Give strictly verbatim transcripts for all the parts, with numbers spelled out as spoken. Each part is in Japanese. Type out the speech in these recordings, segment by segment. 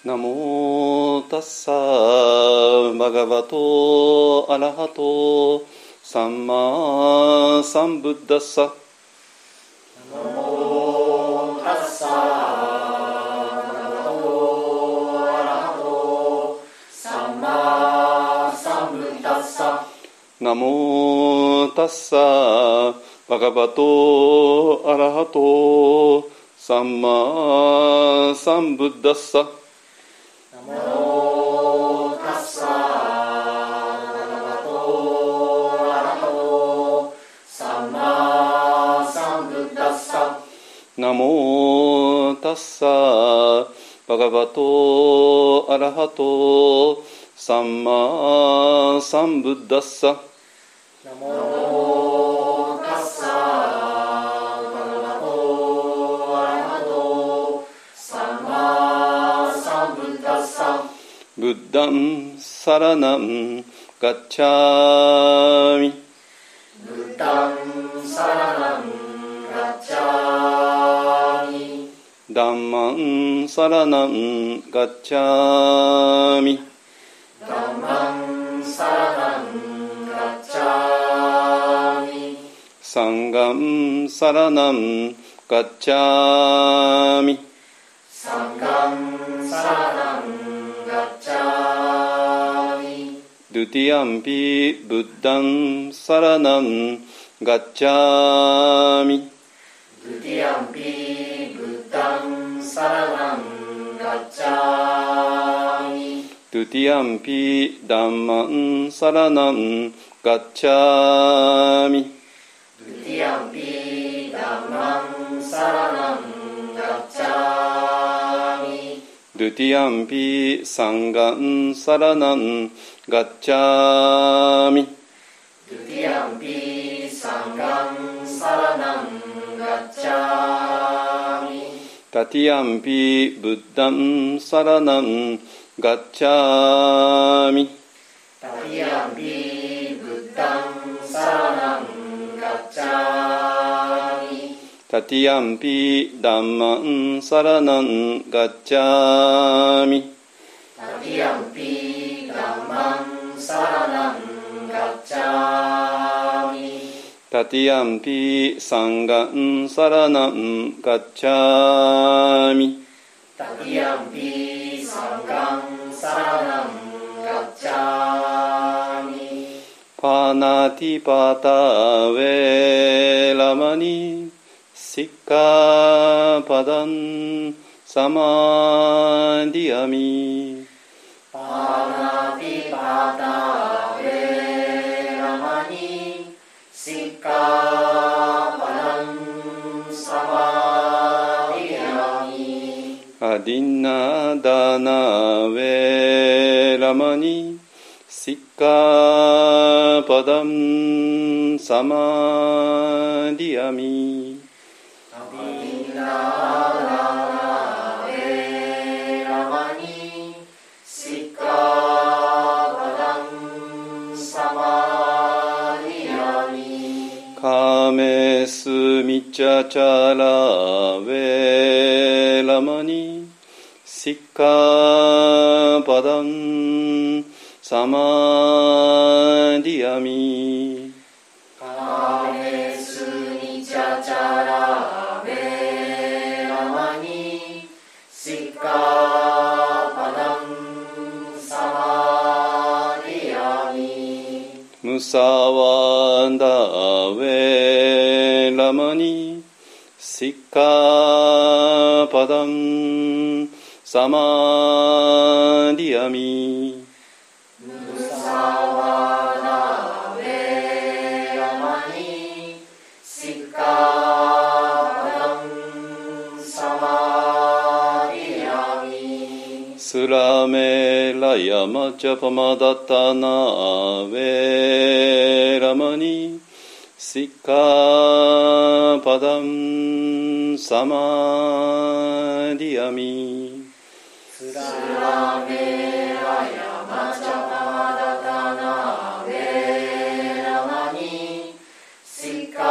ナモタッサーバガバトアラハトサンマサンブッダッサ。 ナモタッサーバガバトアラハトサンマサンブッダッサ。 ナモタッサーバガバトアラハトサンマサンブッダッサ。 ナモタッサーバガバトアラハトサンマサンブッダッサ。 ナモタッサーバガバトアラハトサンマサンブッダッサ。 ナモタッサーバガバトアラハトサンマサンブッダッサ。 ブッダンサラナンガッチャミ。 ブッダンサラナンガッチャミ。 ダンマンサラナンガッチャミ。 ダンマンサラナンガッチャミ。 サンガンサラナンガッチャミ。 サンガンサラナンガッチャミ。 ドゥティアンピブッダンサラナンガッチャミ。 ドゥティアンピブッダンサラナンガッチャミ。 ドゥティアンピダンマンサラナンガッチャミ。 ドゥティアンピダンマンサラナンガッチャミ。 ドゥティアンピサンガンサラナンガッチャミ。 ドゥティアンピサンガンサラナンガッチャミ。 タティアンピブッダンサラナンガッチャミ。 タティアンピブッダンサラナンガッチャミ。 タティアンピダンマンサラナンガッチャミ。 タティアンピダンマンサラナンガッチャミ。 タティアンピサンガンサラナンガッチャミ。 タティアンピサンガンサラナンガッチャミ。 パナティパタウェラマニシッカパダンサマディアミ。 パナティパタウェラマニシッカパダンサマディアミ。 アディナダナウェラマニシッカパダンサマディアミ。 アディナダナウェラマニシッカパダンサマディアミ。 カメスミチャチャラウェラマニシッカパダンサマディアミ。 カメスミチャチャラウェラマニシッカパダンサマディアミ。 ムサワンダウェラマニシッカパダンサマディアミ。 ムサワダウェラマニシッカパダンサマディアミ。 スラメラヤマチャパマダタナウェラマニシッカパダンサマディアミ。 スラメラヤマチャパマダタナウェラマニシッカ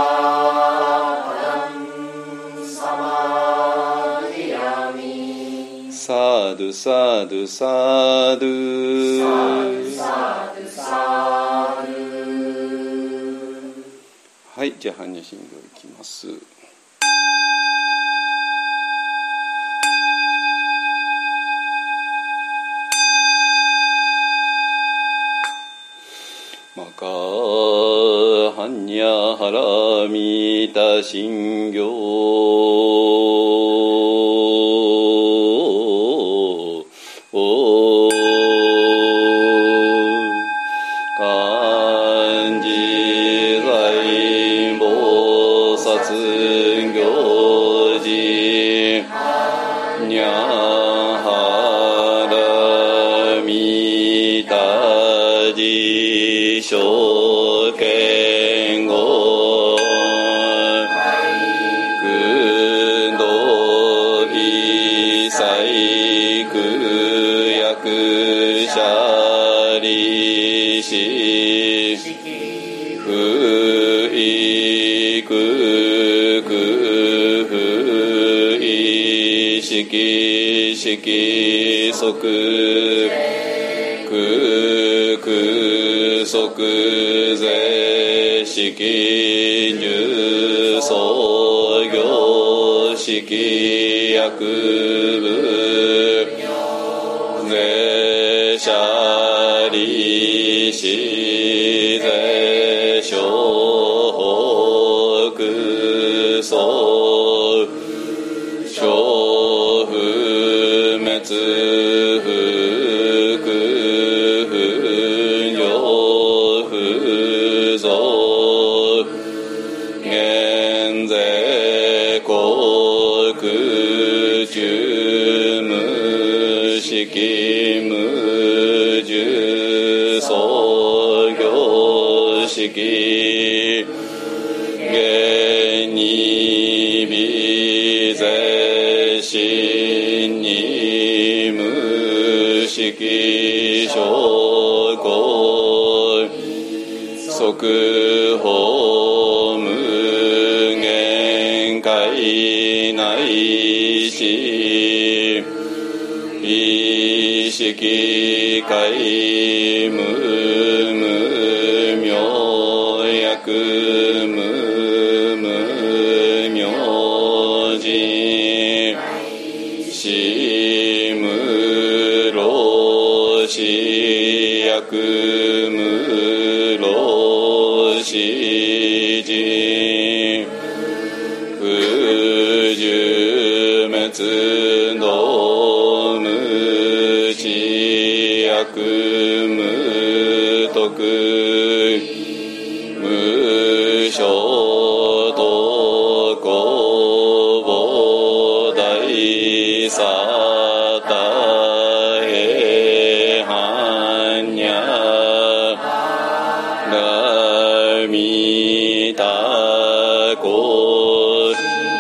パダンサマディアミ。 ササドゥサドゥサドゥサドゥサドゥ。 はい、じゃあ般若心経いきます。マカ般若ハラミタ心経漢字在菩薩行事般若ハラミタ事証券語空洞一切空薬者利子不意空空不意識識即空空即是識入創業識薬部是者利子是小空相小不滅不空不上不増現在国中無識無住創業識現に微是心に無識証拠即法無限界内し意識界無無明薬無無明人死無老死薬無老死人不寿滅道無知悪無徳無所得公大サタエ般若ラミタコ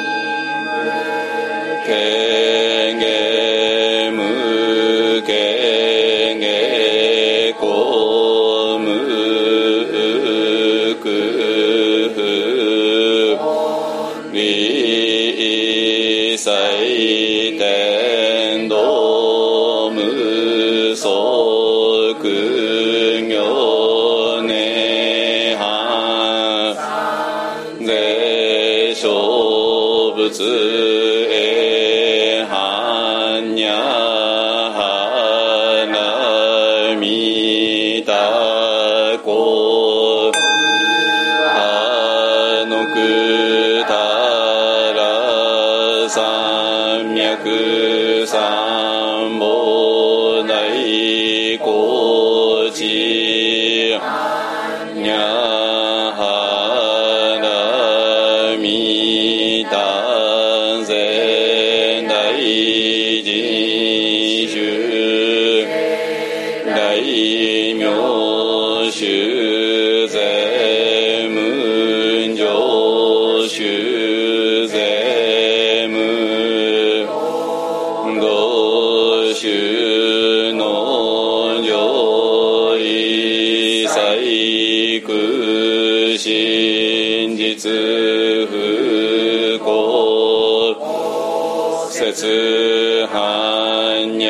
権限無権限公無空理祭天道無足行涅槃是小仏般若波羅蜜多故波のくたら三脈三宝大高知般若波羅蜜多全大人衆大名衆税無常衆税無道衆の上位細工真実不幸節般若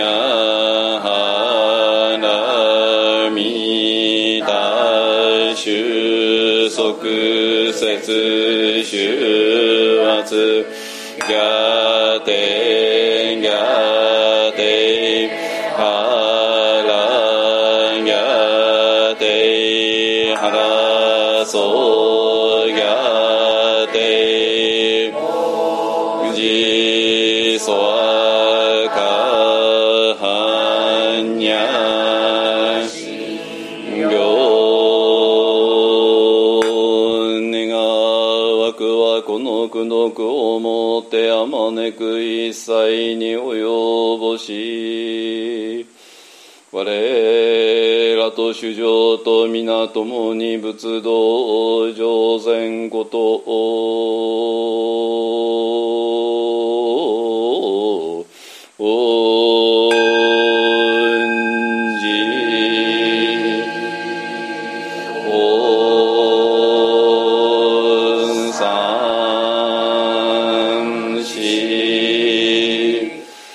波羅蜜多収束節終圧伽帝伽帝波羅伽帝波羅僧伽帝自相加般若行願わくはこの功徳をもってあまねく一切に及ぼし我らと主上と皆共に仏道上善ことを恩じ恩賛し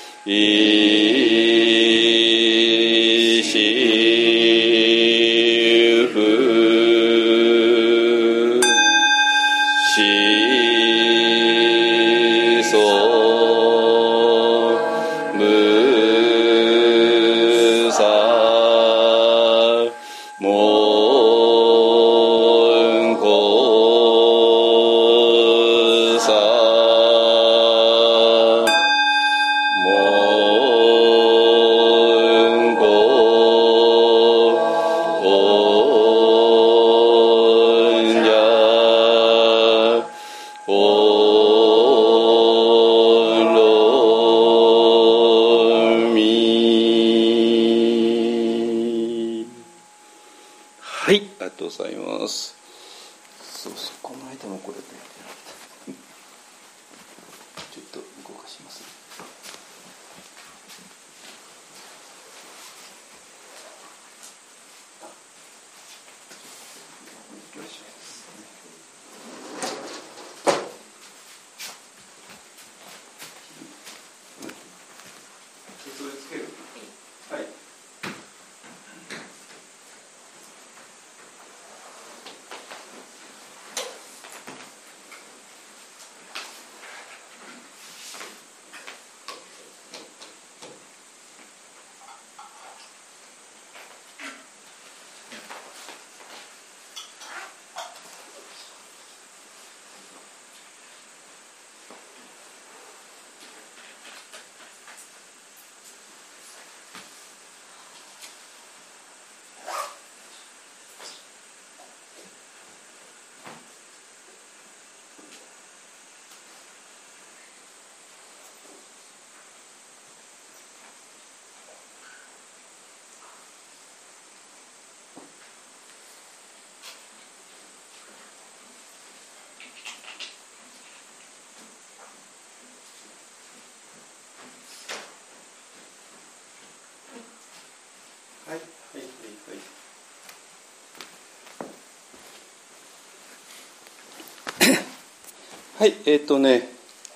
はい、えっとね、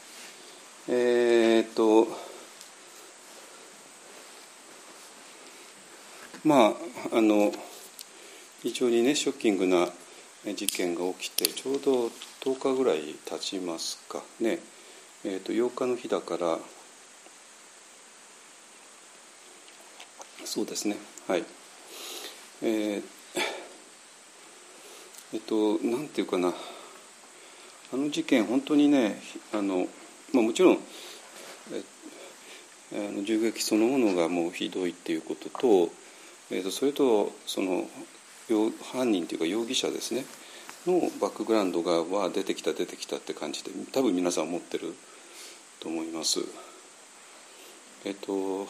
えー、っと、まあ、あの、非常にね、ショッキングな事件が起きて、ちょうどとおかぐらい経ちますかね。えー、っと、ようかの日だから、そうですね、はい。えー、えっと、なんていうかな、あの事件、本当にね、あのまあ、もちろんえあの銃撃そのものがもうひどいっていうことと、えー、とそれとその犯人というか容疑者ですねのバックグラウンドがは出てきた出てきたって感じで多分皆さん思ってると思います。えっ、と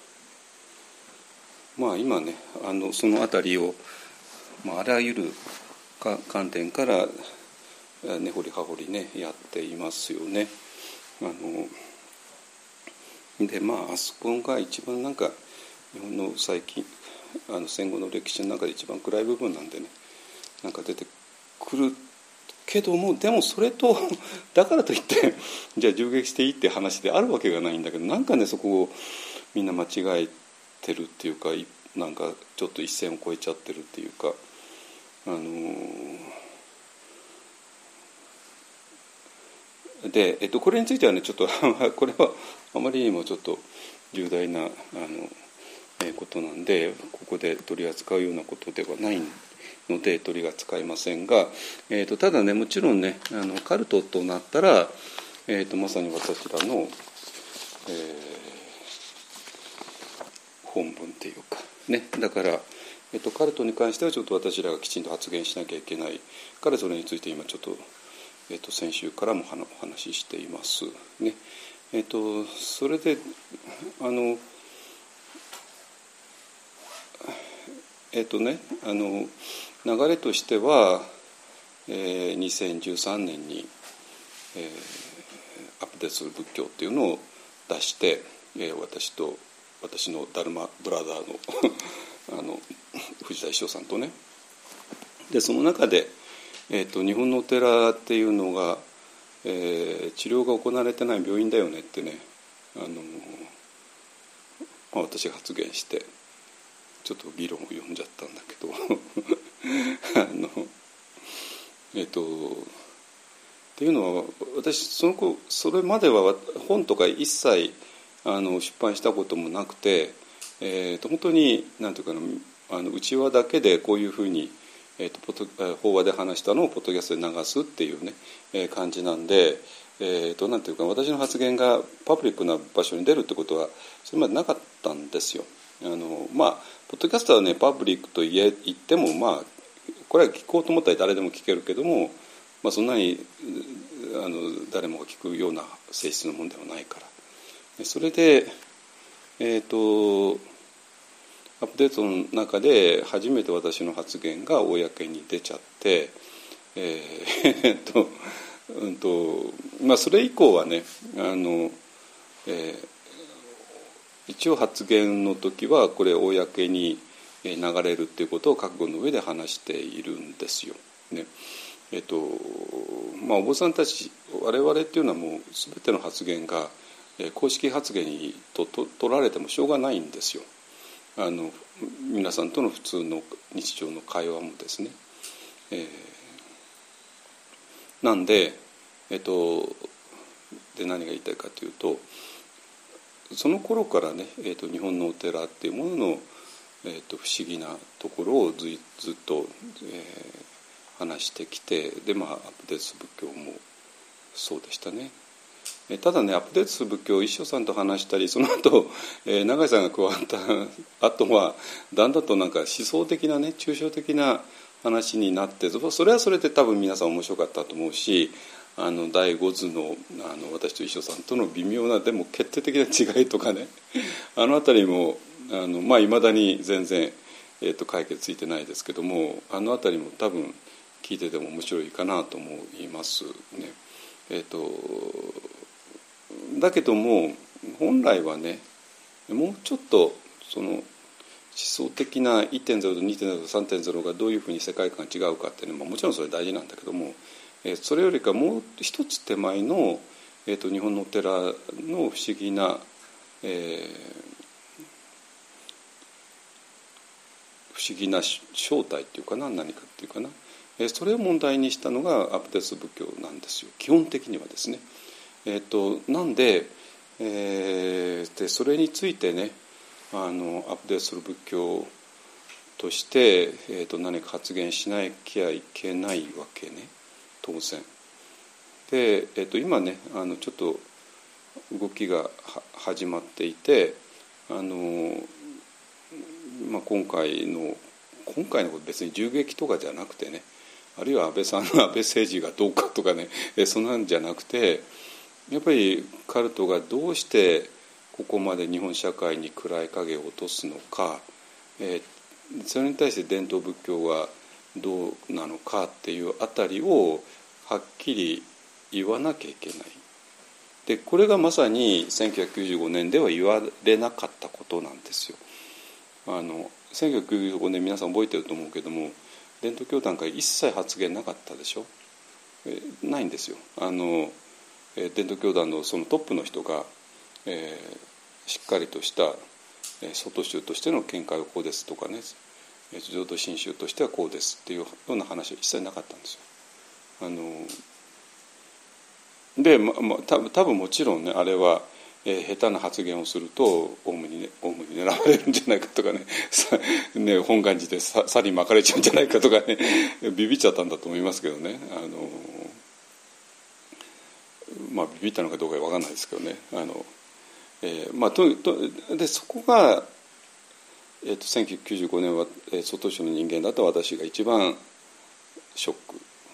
まあ今ねあのそのあたりを、まあ、あらゆるか観点から根掘り葉掘りねやっていますよね。あのでまああそこが一番なんか日本の最近あの戦後の歴史の中で一番暗い部分なんでねなんか出てくるけどもでもそれとだからといってじゃあ銃撃していいって話であるわけがないんだけど、なんかねそこをみんな間違えてるっていうか、なんかちょっと一線を越えちゃってるっていうか、あのー、で、えっと、これについてはねちょっとこれはあまりにもちょっと重大なあの、えー、ことなんでここで取り扱うようなことではないので取り扱いませんが、えー、とただねもちろんねあのカルトとなったら、えー、とまさに私らの、えー、本文っていうかね、だから、えー、とカルトに関してはちょっと私らがきちんと発言しなきゃいけないから、それについて今ちょっと、えー、と先週からもお話ししていますね。えー、とそれであのえっ、ー、とねあの流れとしては、えー、にせんじゅうさんねんに、えー、アップデートする仏教っていうのを出して、えー、私と私のダルマブラザーのあの藤田一生さんとね、でその中で、えー、と日本のお寺っていうのが、えー、治療が行われてない病院だよねってね、あの、まあ、私が発言してちょっと議論を読んじゃったんだけどあのえっとっていうのは私その子それまでは本とか一切あの出版したこともなくて、えー、と本当になんていうかなあの内輪だけでこういうふうに、えー、とポト法話で話したのをポッドキャストで流すっていうね、えー、感じなんで、えー、となんていうか私の発言がパブリックな場所に出るってことはそれまでなかったんですよ。あのまあポッドキャストはねパブリックと言え言ってもまあこれは聞こうと思ったら誰でも聞けるけども、まあ、そんなにあの誰もが聞くような性質のものではないから、それで、えーと、アップデートの中で初めて私の発言が公に出ちゃって、えーとうんとまあ、それ以降はねあの、えー一応発言の時はこれ公に流れるっていうことを覚悟の上で話しているんですよ。ねえっとまあ、お坊さんたち我々っていうのはもう全ての発言が公式発言にとと取られてもしょうがないんですよ。あの皆さんとの普通の日常の会話もですね、えー、なんで、えっと、で何が言いたいかというとその頃からね、えー、と日本のお寺っていうものの、えー、と不思議なところをずずっと、えー、話してきて、でまあアップデートする仏教もそうでしたね。えー、ただねアップデートする仏教一生さんと話したりその後、えー、永井さんが加わった後はだんだんとなんか思想的なね抽象的な話になって、それはそれで多分皆さん面白かったと思うし、あの第五図 の, あの私と一緒さんとの微妙なでも決定的な違いとかねあのあたりもあのまあいまだに全然、えー、と解決ついてないですけども、あのあたりも多分聞いてても面白いかなと思いますね。えー、とだけども本来はねもうちょっとその思想的な いってんゼロ と にてんゼロ と さんてんゼロ がどういうふうに世界観が違うかっていうのももちろんそれ大事なんだけども、それよりかもう一つ手前の、えー、と日本のお寺の不思議な、えー、不思議な正体っていうかな何かっていうかな、えー、それを問題にしたのがアップデート仏教なんですよ基本的にはですね。えー、となんで、えー、でそれについてねあのアップデートする仏教として、えー、と何か発言しなきゃいけないわけね当然で、えー、と今ねあのちょっと動きが始まっていて、あの、まあ、今回の今回のこと別に銃撃とかじゃなくてね、あるいは安倍さんの安倍政治がどうかとかね、えそんなんじゃなくて、やっぱりカルトがどうしてここまで日本社会に暗い影を落とすのか、えー、それに対して伝統仏教はどうなのかっていうあたりをはっきり言わなきゃいけない。でこれがまさにせんきゅうひゃくきゅうじゅうごねんでは言われなかったことなんですよ。あのせんきゅうひゃくきゅうじゅうごねん皆さん覚えてると思うけども、伝統教団から一切発言なかったでしょ。 ないんですよ。あの伝統教団のそのトップの人が、えー、しっかりとした外宗としての見解はこうですとかね、浄土真宗としてはこうですっていうような話は一切なかったんですよ。あので、まま多分、多分もちろんね、あれは、えー、下手な発言をするとオウムに、ね、オウムに狙われるんじゃないかとかね、ね本願寺でささりまかれちゃうんじゃないかとかね、ビビっちゃったんだと思いますけどね。あのまあビビったのかどうか分かんないですけどね。あの、えーまあ、ととでそこが、えー、とせんきゅうひゃくきゅうじゅうごねんは、えー、外宗の人間だった私が一番ショック。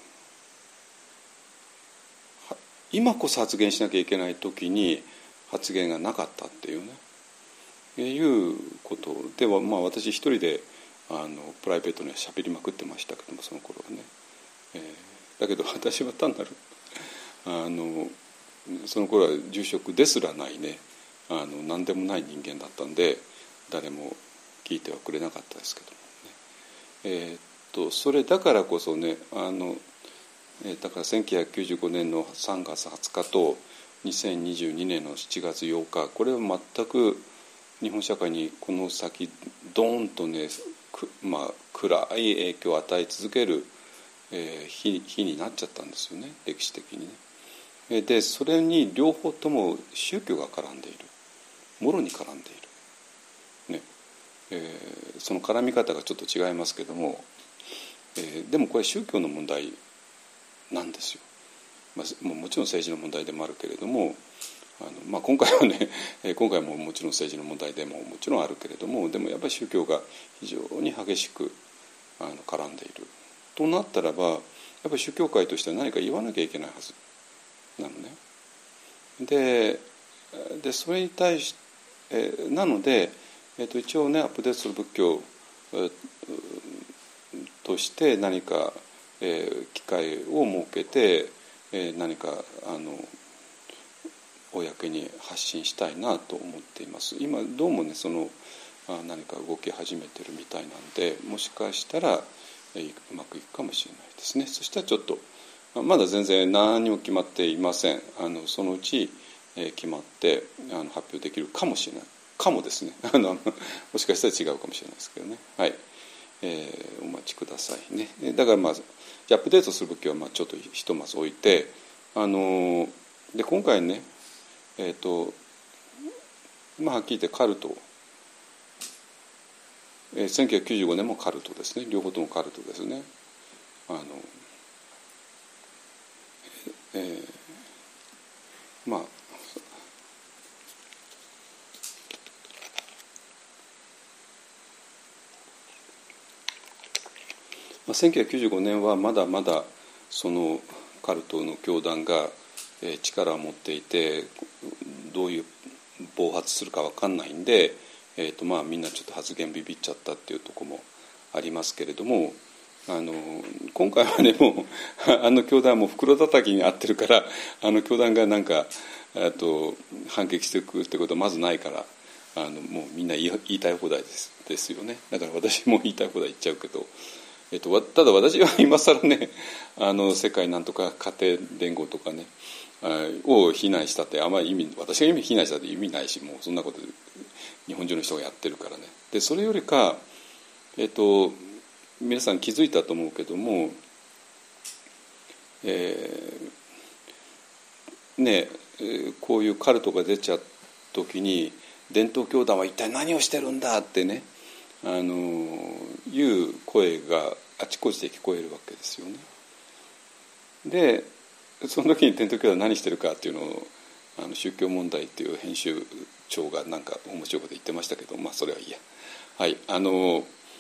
今こそ発言しなきゃいけない時に発言がなかったっていうね、いうことでは、まあ、私一人であのプライベートには喋りまくってましたけども、その頃はね、えー、だけど私は単なるあのその頃は住職ですらないね、あの何でもない人間だったんで誰も聞いてはくれなかったですけどもね、えー、っとそれだからこそね、あのだからせんきゅうひゃくきゅうじゅうごねんのさんがつはつかとにせんにじゅうにねんのしちがつようか、これは全く日本社会にこの先ドーンとね、まあ、暗い影響を与え続ける、えー、日, 日になっちゃったんですよね、歴史的にね。でそれに両方とも宗教が絡んでいる、もろに絡んでいる、ねえー、その絡み方がちょっと違いますけども、えー、でもこれ宗教の問題なんですよ。まあ、もちろん政治の問題でもあるけれども、あの、まあ、今回はね今回ももちろん政治の問題でももちろんあるけれども、でもやっぱり宗教が非常に激しくあの絡んでいるとなったらば、やっぱり宗教界としては何か言わなきゃいけないはずなのね。で、でそれに対し、えー、なので、えー、と一応ねアップデートする仏教、えー、として何かえー、機会を設けて、えー、何かあの公に発信したいなと思っています。今どうもねそのあ何か動き始めてるみたいなんで、もしかしたら、えー、うまくいくかもしれないですね。そしたらちょっとまだ全然何も決まっていません。あのそのうち、えー、決まってあの発表できるかもしれないかもですねあのもしかしたら違うかもしれないですけどね。はい、えー、お待ちくださいね。だからまあアップデートする武器はまあちょっとひとまず置いて、あので今回ね、えっとまあはっきり言ってカルト、えー、せんきゅうひゃくきゅうじゅうごねんもカルトですね、両方ともカルトですね。あの、えー、まあまあ、せんきゅうひゃくきゅうじゅうごねんはまだまだそのカルトの教団が力を持っていて、どういう暴発するか分かんないんで、えーとまあ、みんなちょっと発言ビビっちゃったっていうところもありますけれども、あの今回はねもうあの教団はもう袋叩きに合ってるから、あの教団がなんかと反撃していくってことはまずないから、あのもうみんな言い、言いたい放題です、ですよね。だから私も言いたい放題言っちゃうけど、えっと、ただ私は今更ね、あの世界なんとか家庭連合とかねを非難したってあまり意味、私が意味非難したって意味ないし、もうそんなこと日本中の人がやってるからね。でそれよりか、えっと、皆さん気づいたと思うけども、えー、ねこういうカルトが出ちゃった時に伝統教団は一体何をしてるんだってね、あのいう声があちこちで聞こえるわけですよね。でその時に伝統教団は何してるかっていうのをあの宗教問題っていう編集長がなんか面白いこと言ってましたけど、まあそれはいいや。はい、あの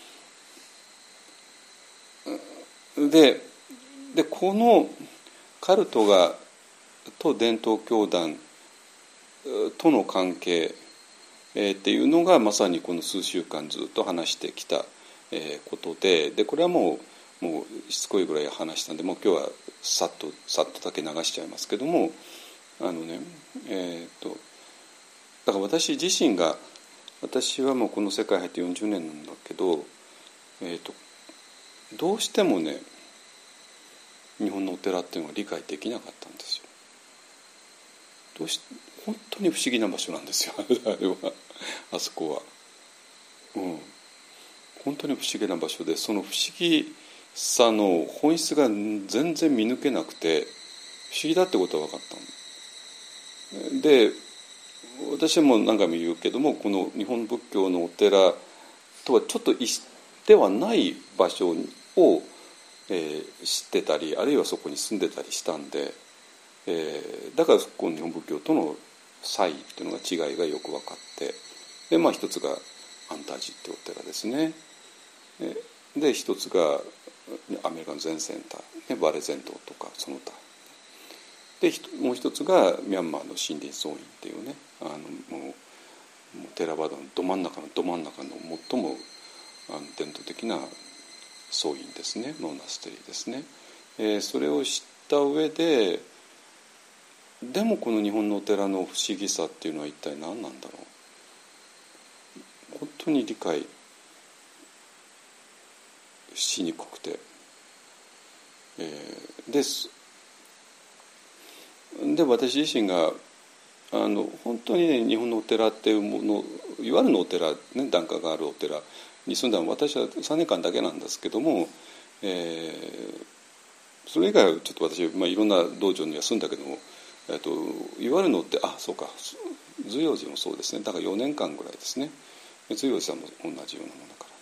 ででこのカルトがと伝統教団との関係えー、っていうのがまさにこの数週間ずっと話してきた、えー、ことで、でこれはもう、もうしつこいぐらい話したんで、もう今日はさっとさっとだけ流しちゃいますけども、あのね、えー、とだから私自身が、私はもうこの世界入ってよんじゅうねんなんだけど、えー、とどうしてもね、 日本のお寺っていうのは理解できなかったんですよ。どうし本当に不思議な場所なんですよあれはあそこは、うん、本当に不思議な場所で、その不思議さの本質が全然見抜けなくて不思議だってことは分かったので、私も何回も言うけども、この日本仏教のお寺とはちょっと一緒ではない場所を、えー、知ってたり、あるいはそこに住んでたりしたんで、えー、だからこの日本仏教との差異っていうのが違いがよく分かって、でまあ一つが安泰寺ってお寺ですね。で一つがアメリカの全センター、ね、バレゼントとかその他で、もう一つがミャンマーの森林僧院っていうね、あのもう、もうテラバダのど真ん中のど真ん中の最もあの伝統的な僧院ですね、モナステリーですね、えー、それを知った上で、でもこの日本のお寺の不思議さっていうのは一体何なんだろう、本当に理解しにくくて、えー、ですで私自身があの本当にね、日本のお寺っていうもの、いわゆるのお寺、ね、檀家があるお寺に住んだのは私はさんねんかんだけなんですけども、えー、それ以外はちょっと私、まあ、いろんな道場には住んだけども、えっと、いわゆるのって、あ、そうか、随陽寺もそうですね、だからよねんかんぐらいですね、随陽寺さんも同じようなものだから、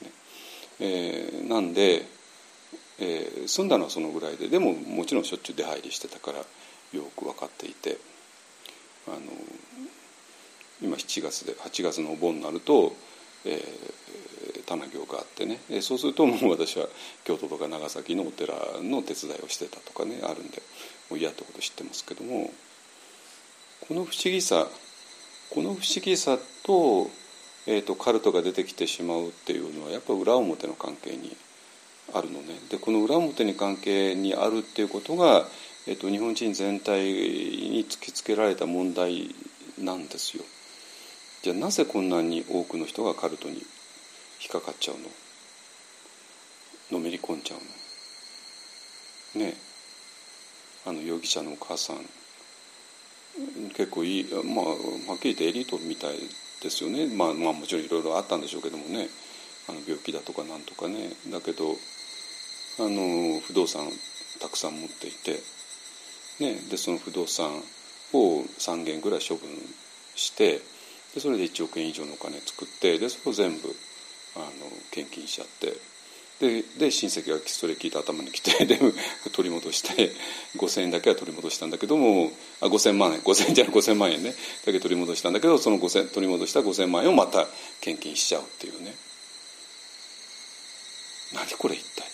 ねえー、なんで、えー、住んだのはそのぐらいで、でももちろんしょっちゅう出入りしてたからよく分かっていて、あの今しちがつではちがつのお盆になると、えー、棚行があってね、えー、そうするともう私は京都とか長崎のお寺の手伝いをしてたとかね、あるんでもう嫌ってこと知ってますけども、この不思議さこの不思議さと、えー、とカルトが出てきてしまうっていうのはやっぱり裏表の関係にあるのね。でこの裏表に関係にあるっていうことが、えー、と日本人全体に突きつけられた問題なんですよ。じゃあなぜこんなに多くの人がカルトに引っかかっちゃうの、のめり込んじゃうのね。あの容疑者のお母さん結構いい、まあはっきり言ってエリートみたいですよね。まあ、まあもちろんいろいろあったんでしょうけどもね、あの病気だとかなんとかね、だけどあの不動産たくさん持っていて、ね、でその不動産をさんげんぐらい処分して、でそれでいちおくえん以上のお金作って、でそれを全部あの献金しちゃって、で, で親戚がそれ聞いて頭にきてで取り戻してごせんえんだけは取り戻したんだけども、あごせんまんえんごせんえんじゃないごせんまんえんねだけ取り戻したんだけど、そのごせん取り戻したごせんまんえんをまた献金しちゃうっていうね。何これ一体。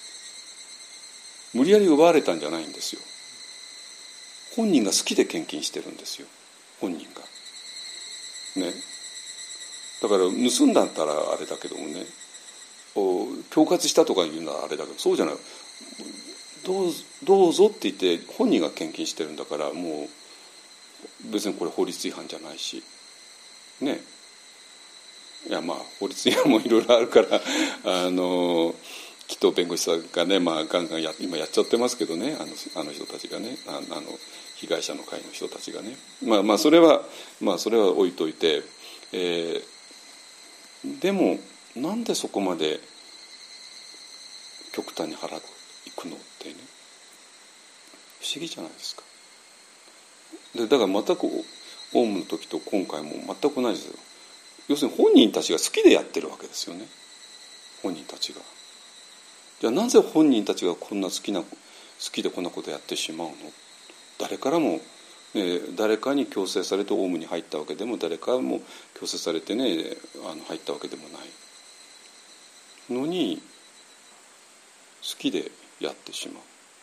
無理やり奪われたんじゃないんですよ。本人が好きで献金してるんですよ、本人がね。だから盗んだったらあれだけどもね、恐喝したとか言うのはあれだけど、そうじゃない、どう、どうぞって言って本人が献金してるんだから、もう別にこれ法律違反じゃないしね。いやまあ法律違反もいろいろあるからあのきっと弁護士さんがね、まあ、ガンガンや今やっちゃってますけどね、あの、あの人たちがね、あの被害者の会の人たちがね、まあまあそれはまあそれは置いといて、えー、でもなんでそこまで極端に払いくのってね、不思議じゃないですか。でだから全くオウムの時と今回も全く同じですよ。要するに本人たちが好きでやってるわけですよね、本人たちが。じゃあなぜ本人たちがこんな好きな好きでこんなことやってしまうの。誰からも、ね、誰かに強制されてオウムに入ったわけでも、誰かも強制されてねあの入ったわけでもないのに好きでやってしま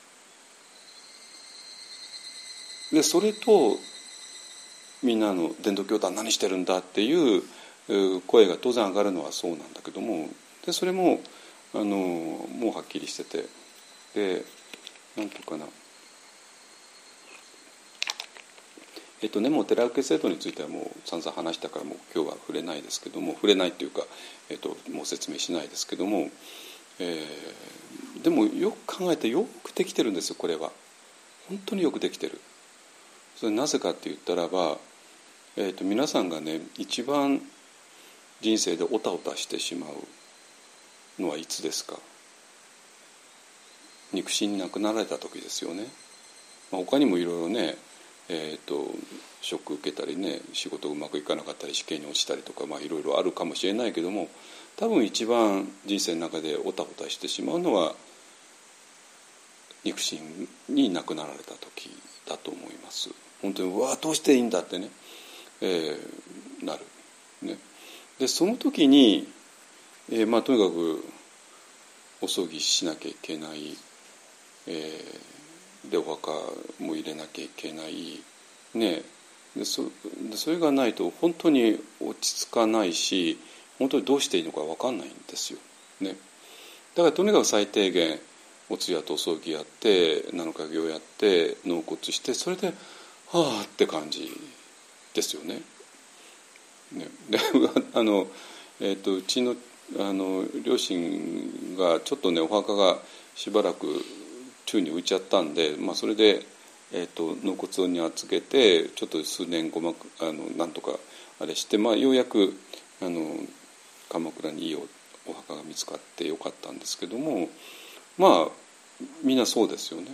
う。でそれとみんなの伝統教団何してるんだっていう声が当然上がるのはそうなんだけども、でそれもあのもうはっきりしてて、でなんていうかな、えっとねもう寺受け制度についてはもう散々話したからもう今日は触れないですけども、触れないっていうか、えっと、もう説明しないですけども、 えー、でもよく考えてよくできてるんですよ。これは本当によくできてる。それなぜかって言ったらば、えー、と皆さんがね一番人生でオタオタしてしまうのはいつですか？肉親に亡くなられた時ですよね。まあ、他にもいろいろね、えー、とショック受けたりね、仕事うまくいかなかったり試験に落ちたりとか、まあ、いろいろあるかもしれないけども、多分一番人生の中でオタオタしてしまうのは肉親に亡くなられた時だと思います。本当にうわどうしていいんだってね、えー、なる、ね、でその時に、えーまあ、とにかくお葬儀しなきゃいけない、えー、でお墓も入れなきゃいけないね。で そ, でそれがないと本当に落ち着かないし、本当にどうしていいのか分かんないんですよ、ね、だからとにかく最低限お通夜とお葬儀やってなのか行やって納骨して、それではあって感じですよね。ねであの、えー、とうちのあの両親がちょっとねお墓がしばらく宙に浮いちゃったんで、まあ、それで、えー、と納骨に預けてちょっと数年ごまくあのなんとかあれして、まあ、ようやくあの鎌倉にいい お, お墓が見つかってよかったんですけども、まあみんなそうですよね。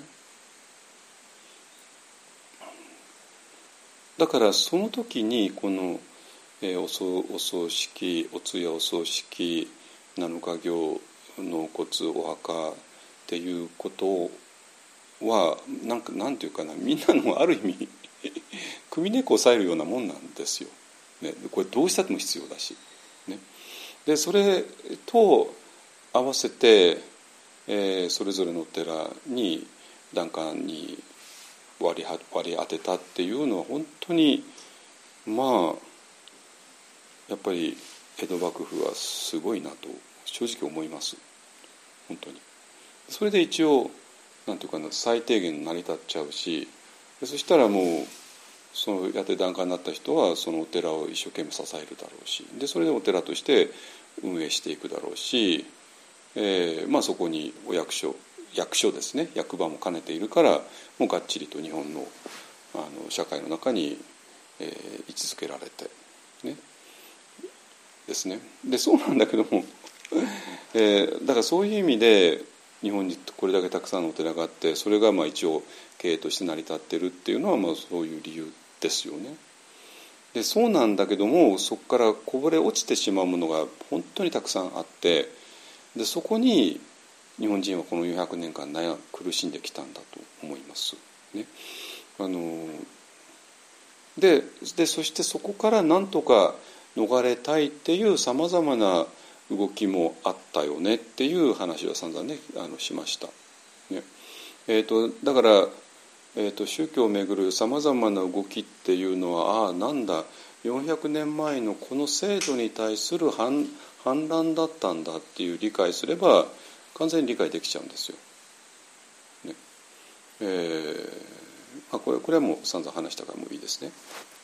だからその時にこの、えー、お, 葬お葬式お通夜お葬式七日行納骨お墓っていうことはなんかなんていうかな、みんなのある意味首根っこを押さえるようなもんなんですよ、ね、これどうしたっても必要だし、ね、でそれと合わせて、えー、それぞれのお寺に檀家に割り、割り当てたっていうのは本当にまあやっぱり江戸幕府はすごいなと正直思います本当に。それで一応なんていうかな、最低限成り立っちゃうし、そしたらもうそうやって檀家になった人はそのお寺を一生懸命支えるだろうし、でそれでお寺として運営していくだろうし、えーまあ、そこにお役所役所ですね、役場も兼ねているからもうがっちりと日本の、あの社会の中に、えー、位置づけられてねですね。でそうなんだけども、えー、だからそういう意味で日本にこれだけたくさんのお寺があって、それがまあ一応経営として成り立ってるっていうのはまあそういう理由ですよね。でそうなんだけども、そこからこぼれ落ちてしまうものが本当にたくさんあって、でそこに日本人はこのよんひゃくねんかん悩苦しんできたんだと思います、ね。あの で, でそしてそこからなんとか逃れたいっていうさまざまな動きもあったよねっていう話を散々ねあのしました、ね。えー、とだから、えー、と宗教をめぐるさまざまな動きっていうのは、ああなんだよんひゃくねんまえのこの制度に対する反反乱だったんだっていう理解すれば完全に理解できちゃうんですよ、ね。えーまあ、これこれはもう散々話したからもういいですね。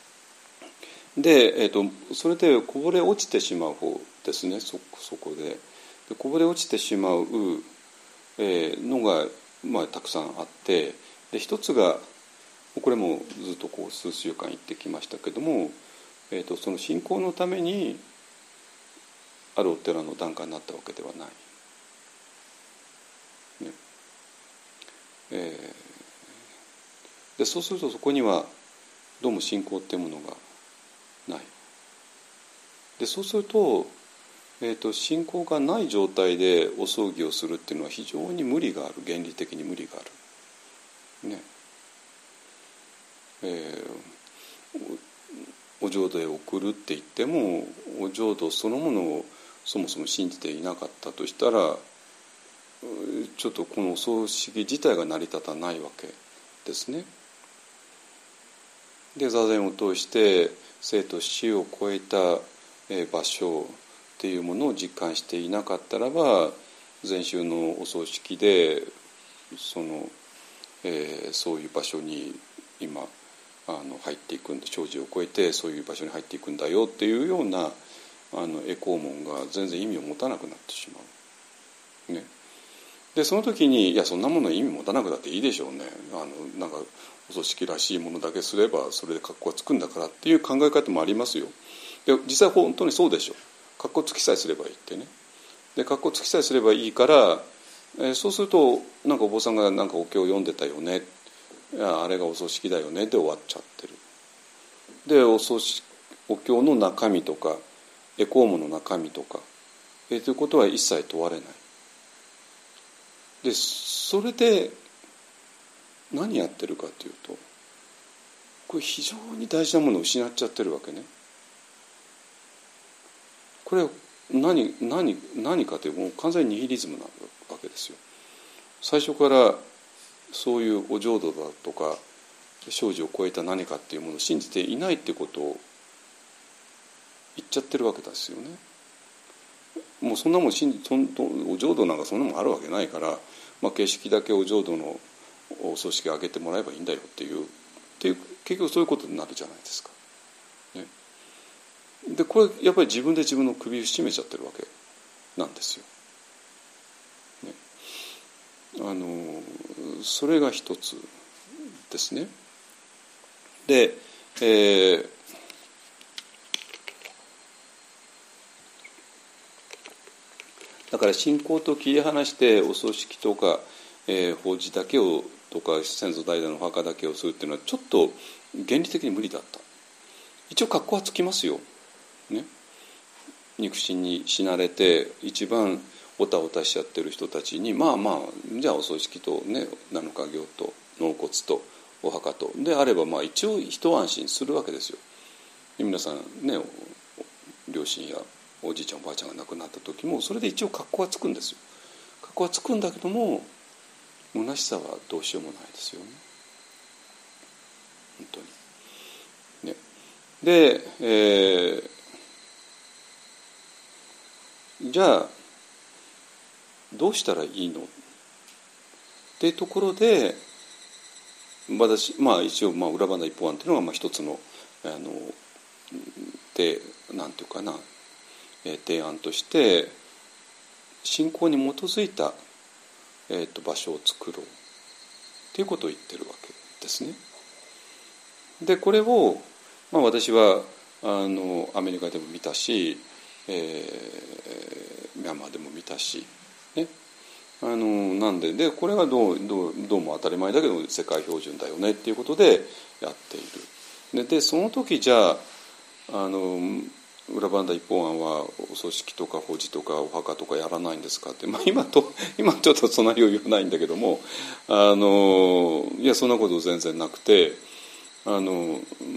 で、えー、とそれでこぼれ落ちてしまう方ですね。 そ, そこででこぼれ落ちてしまう、えー、のが、まあ、たくさんあって、で一つがこれもずっとこう数週間言ってきましたけども、えー、とその信仰のためにあるお寺の檀家になったわけではない、ね。えー、でそうするとそこにはどうも信仰っていうものがない。でそうすると、えーと、信仰がない状態でお葬儀をするっていうのは非常に無理がある、原理的に無理がある、ね。えー、お浄土へ送るって言ってもお浄土そのものをそもそも信じていなかったとしたら、ちょっとこのお葬式自体が成り立たないわけですね。で座禅を通して生と死を超えた場所っていうものを実感していなかったらば、禅宗のお葬式でその、えー、そういう場所に今あの入っていくんで、生死を超えてそういう場所に入っていくんだよっていうようなあの回向文が全然意味を持たなくなってしまう。 ね、でその時にいやそんなもの意味持たなくなっていいでしょうね、あのなんかお葬式らしいものだけすればそれで格好がつくんだからっていう考え方もありますよ。で実際本当にそうでしょ。格好つきさえすればいいってね。で格好つきさえすればいいから、えー、そうするとなんかお坊さんがなんかお経を読んでたよね、いやあれがお葬式だよねで終わっちゃってる。で お, 葬式お経の中身とか回向の中身とか、えー、ということは一切問われない。でそれで何やってるかというと、これ非常に大事なものを失っちゃってるわけね。これ何何何かというもう完全にニヒリズムなわけですよ。最初からそういうお浄土だとか生死を超えた何かっていうものを信じていないってことを言っちゃってるわけですよね。もうそんなもん信じそんお浄土なんかそんなもんあるわけないから、まあ、形式だけお浄土のお葬式を挙げてもらえばいいんだよっていう、っていう結局そういうことになるじゃないですか。ね、でこれやっぱり自分で自分の首を絞めちゃってるわけなんですよ。ね、あのそれが一つですね。で、えー、だから信仰と切り離してお葬式とか、えー、法事だけをとか先祖代々のお墓だけをするっていうのはちょっと原理的に無理だった。一応格好はつきますよ、ね、肉親に死なれて一番おたおたしちゃってる人たちにまあまあじゃあお葬式とね七日行と納骨とお墓とであればまあ一応一安心するわけですよ。皆さんね両親やおじいちゃんおばあちゃんが亡くなった時もそれで一応格好はつくんですよ。格好はつくんだけども虚しさはどうしようもないですよね、本当に。ね、で、えー、じゃあどうしたらいいのっていうところで私、まあ、一応、まあ、裏花一本案というのがまあ一つのあのでなんていうかな、えー、提案として信仰に基づいたえー、と場所を作ろうということを言ってるわけですね。でこれを、まあ、私はあのアメリカでも見たし、えー、ミャンマーでも見たし、ね、あのなんででこれがどう、どう、どうも当たり前だけど世界標準だよねっていうことでやっている。で、でその時じゃああの裏番台一本案はお葬式とか法事とかお墓とかやらないんですかって、まあ、今と今ちょっとそんな余裕はないんだけどもあのいやそんなこと全然なくてあの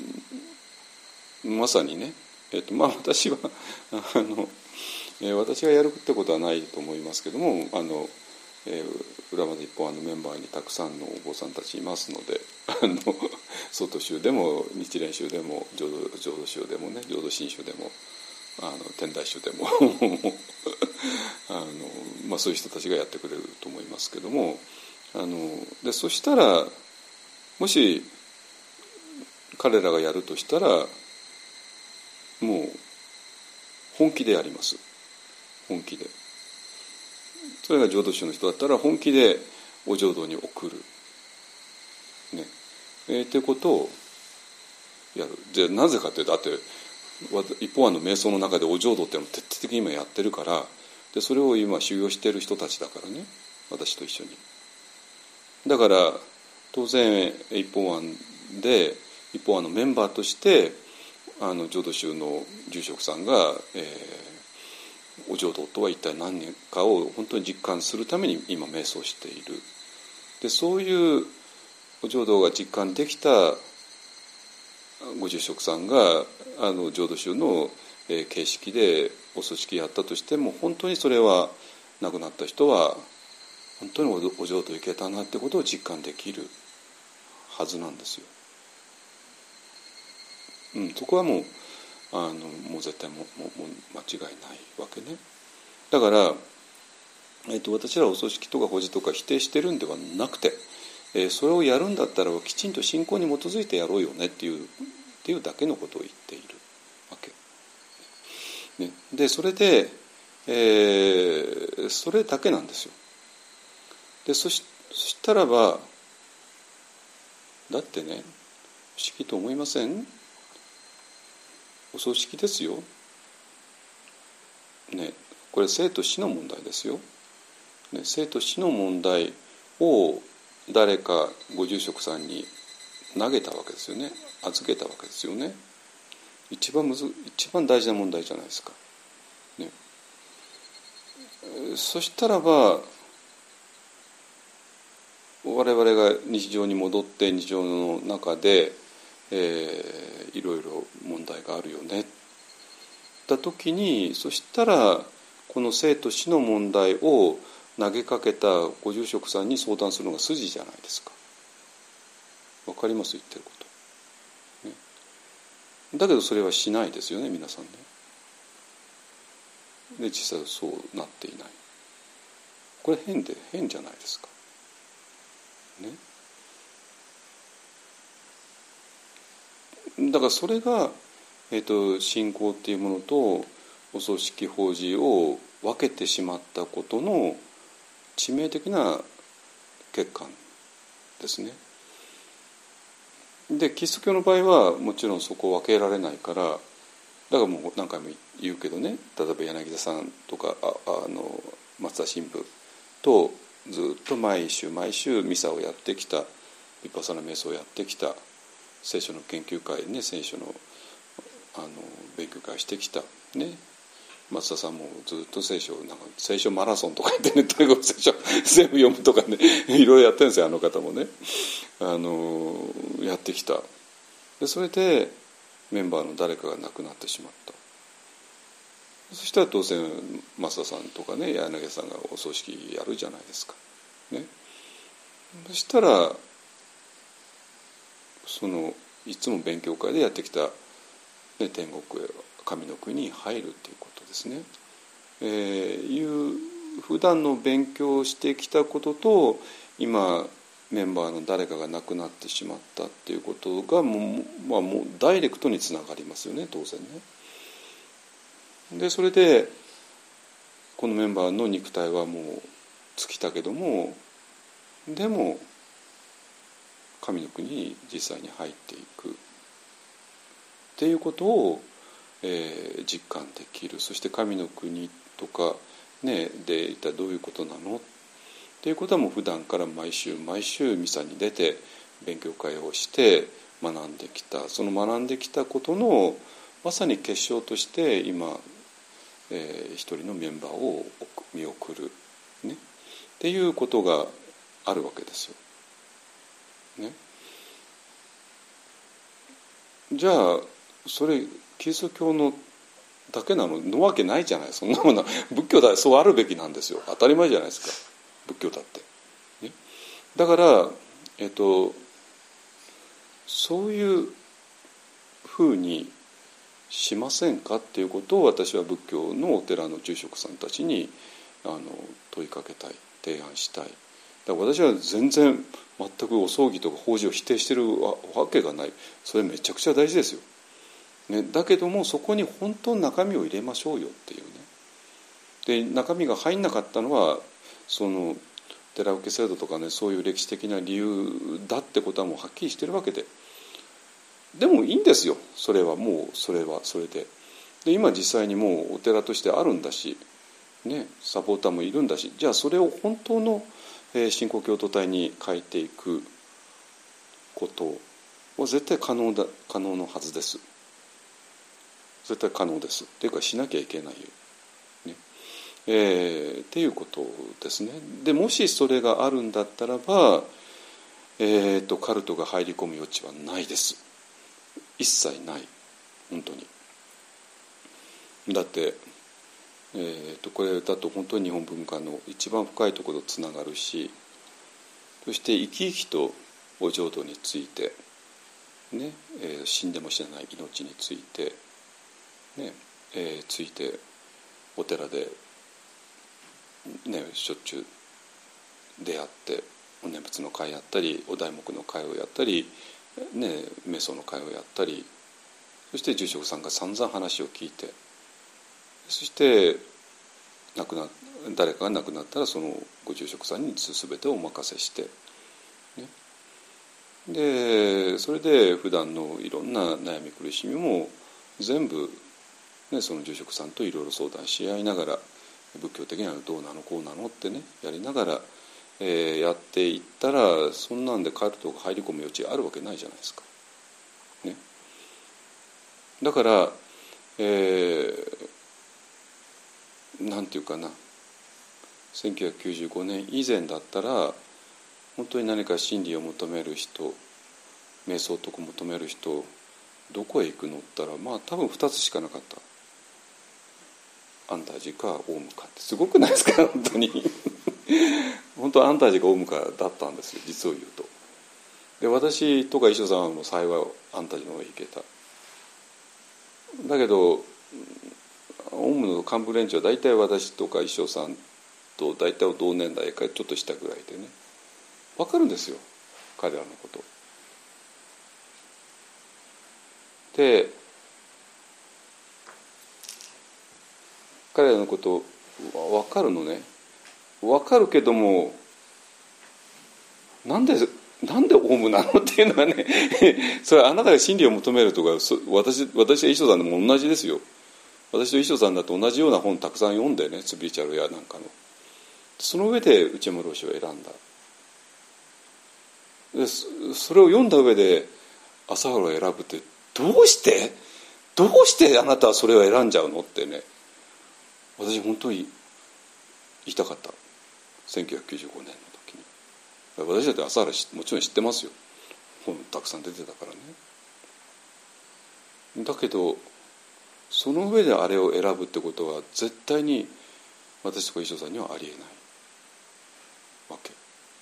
まさにね、えっとまあ、私はあの、えー、私がやるってことはないと思いますけどもあの、えー、裏番台一本案のメンバーにたくさんのお坊さんたちいますのであの外宗でも日蓮宗でも浄土、浄土宗でもね浄土真宗でもあの天台宗でもあの、まあ、そういう人たちがやってくれると思いますけどもあのでそしたらもし彼らがやるとしたらもう本気でやります。本気でそれが浄土宗の人だったら本気でお浄土に送るねえー、っていうことをやる。じゃあなぜかってだって一方案の瞑想の中でお浄土っていうのを徹底的に今やってるからでそれを今修行している人たちだからね私と一緒に。だから当然一方案で一方案のメンバーとしてあの浄土宗の住職さんが、えー、お浄土とは一体何かを本当に実感するために今瞑想している。でそういうお浄土が実感できたご住職さんがあの浄土宗の形式でお葬式やったとしても本当にそれは亡くなった人は本当にお浄土行けたなってことを実感できるはずなんですよ。うん、そこはもうあのもう絶対ももも間違いないわけね。だから、えっと、私らお葬式とか法事とか否定してるんではなくてえー、それをやるんだったらきちんと信仰に基づいてやろうよねっていう、っていうだけのことを言っているわけ、ね、でそれでえー、それだけなんですよ。で そ, しそしたらばだってね、不思議と思いません？お葬式ですよ、ね、これ生と死の問題ですよ、ね、生と死の問題を誰かご住職さんに投げたわけですよね、預けたわけですよね。一番むず一番大事な問題じゃないですか、ね、そしたらば我々が日常に戻って日常の中で、えー、いろいろ問題があるよねった時に、そしたらこの生と死の問題を投げかけたご住職さんに相談するのが筋じゃないですか。わかります言ってること、ね、だけどそれはしないですよね皆さんね。で実際そうなっていない。これ変で変じゃないですかね。だからそれが、えーと、信仰っていうものとお葬式法事を分けてしまったことの致命的な欠陥ですね。でキリスト教の場合はもちろんそこを分けられないから、だからもう何回も言うけどね、例えば柳田さんとかああの松田神父とずっと毎週毎週ミサをやってきた、ヴィパッサナ瞑想をやってきた、聖書の研究会ね、聖書のあの勉強会してきたね、松田さんもずっと聖書なんか聖書マラソンとか言ってね、とにかく聖書全部読むとかね、いろいろやってるんですよあの方もね。あのやってきた。でそれでメンバーの誰かが亡くなってしまった。そしたら当然増田さんとかね柳さんがお葬式やるじゃないですか、ね、そしたらそのいつも勉強会でやってきた、ね、天国へ神の国に入るっていうことですね、えー、いう普段の勉強をしてきたことと今メンバーの誰かが亡くなってしまったっていうことがもう、まあ、もうダイレクトにつながりますよね当然ね。でそれでこのメンバーの肉体はもう尽きたけども、でも神の国に実際に入っていくっていうことを、えー、実感できる。そして神の国とか、ね、で一体どういうことなのっていうことはもう普段から毎週毎週ミサに出て勉強会をして学んできた。その学んできたことのまさに結晶として今えー、一人のメンバーを見送る、ね、っていうことがあるわけですよ、ね、じゃあそれキリスト教のだけなののわけないじゃない。そんなものは仏教だそうあるべきなんですよ。当たり前じゃないですか仏教だって、ね、だから、えっと、そういうふうにしませんかっていうことを私は仏教のお寺の住職さんたちにあの問いかけたい、提案したい。だから私は全然全くお葬儀とか法事を否定してるわけがない。それめちゃくちゃ大事ですよ、ね、だけどもそこに本当の中身を入れましょうよっていうね。で中身が入んなかったのはその寺受け制度とかね、そういう歴史的な理由だってことはもうはっきりしてるわけで、でもいいんですよそれは。もうそれはそれで、で今実際にもうお寺としてあるんだし、ね、サポーターもいるんだし、じゃあそれを本当の、えー、信仰共同体に変えていくことは絶対可能だ可能のはずです。絶対可能ですっていうかしなきゃいけないよ、ねえー、っていうことですね。でもしそれがあるんだったらば、えー、とカルトが入り込む余地はないです。一切ない。本当に。だって、えー、とこれだと本当に日本文化の一番深いところとつながるし、そして生き生きとお浄土について、ねえー、死んでも死なない命について、ねえー、ついてお寺で、ね、しょっちゅう出会ってお念仏の会やったりお題目の会をやったりね、瞑想の会をやったり、そして住職さんが散々話を聞いて、そして亡くな誰かが亡くなったらそのご住職さんに全てをお任せして、ね、でそれで普段のいろんな悩み苦しみも全部、ね、その住職さんといろいろ相談し合いながら仏教的にはどうなのこうなのってねやりながら、えー、やっていったらそんなんでカルトが入り込む余地あるわけないじゃないですか、ね、だから、えー、なんていうかなせんきゅうひゃくきゅうじゅうごねん以前だったら本当に何か真理を求める人瞑想とか求める人どこへ行くのって言ったらまあ多分ふたつしかなかった。安泰寺か大向かってすごくないですか本当に本当は安泰寺か大向かだったんですよ実を言うと。で私とか衣装さんはもう幸い安泰寺の方へ行けた。だけど大向の幹部連中は大体私とか衣装さんと大体同年代かちょっと下ぐらいでね分かるんですよ彼らのこと。で彼らのこと分かるのね。分かるけどもなんでなんでオウムなのっていうのはねそれはあなたが真理を求めるとか私私は衣装さんでも同じですよ。私と衣装さんだと同じような本たくさん読んでねスピリチュアルやなんかのその上で内山老師を選んだ。でそれを読んだ上で朝原を選ぶってどうしてどうしてあなたはそれを選んじゃうのってね私本当に言いたかった。せんきゅうひゃくきゅうじゅうごねんの時に私だって朝原もちろん知ってますよ本たくさん出てたからね。だけどその上であれを選ぶってことは絶対に私とか衣装さんにはありえないわけ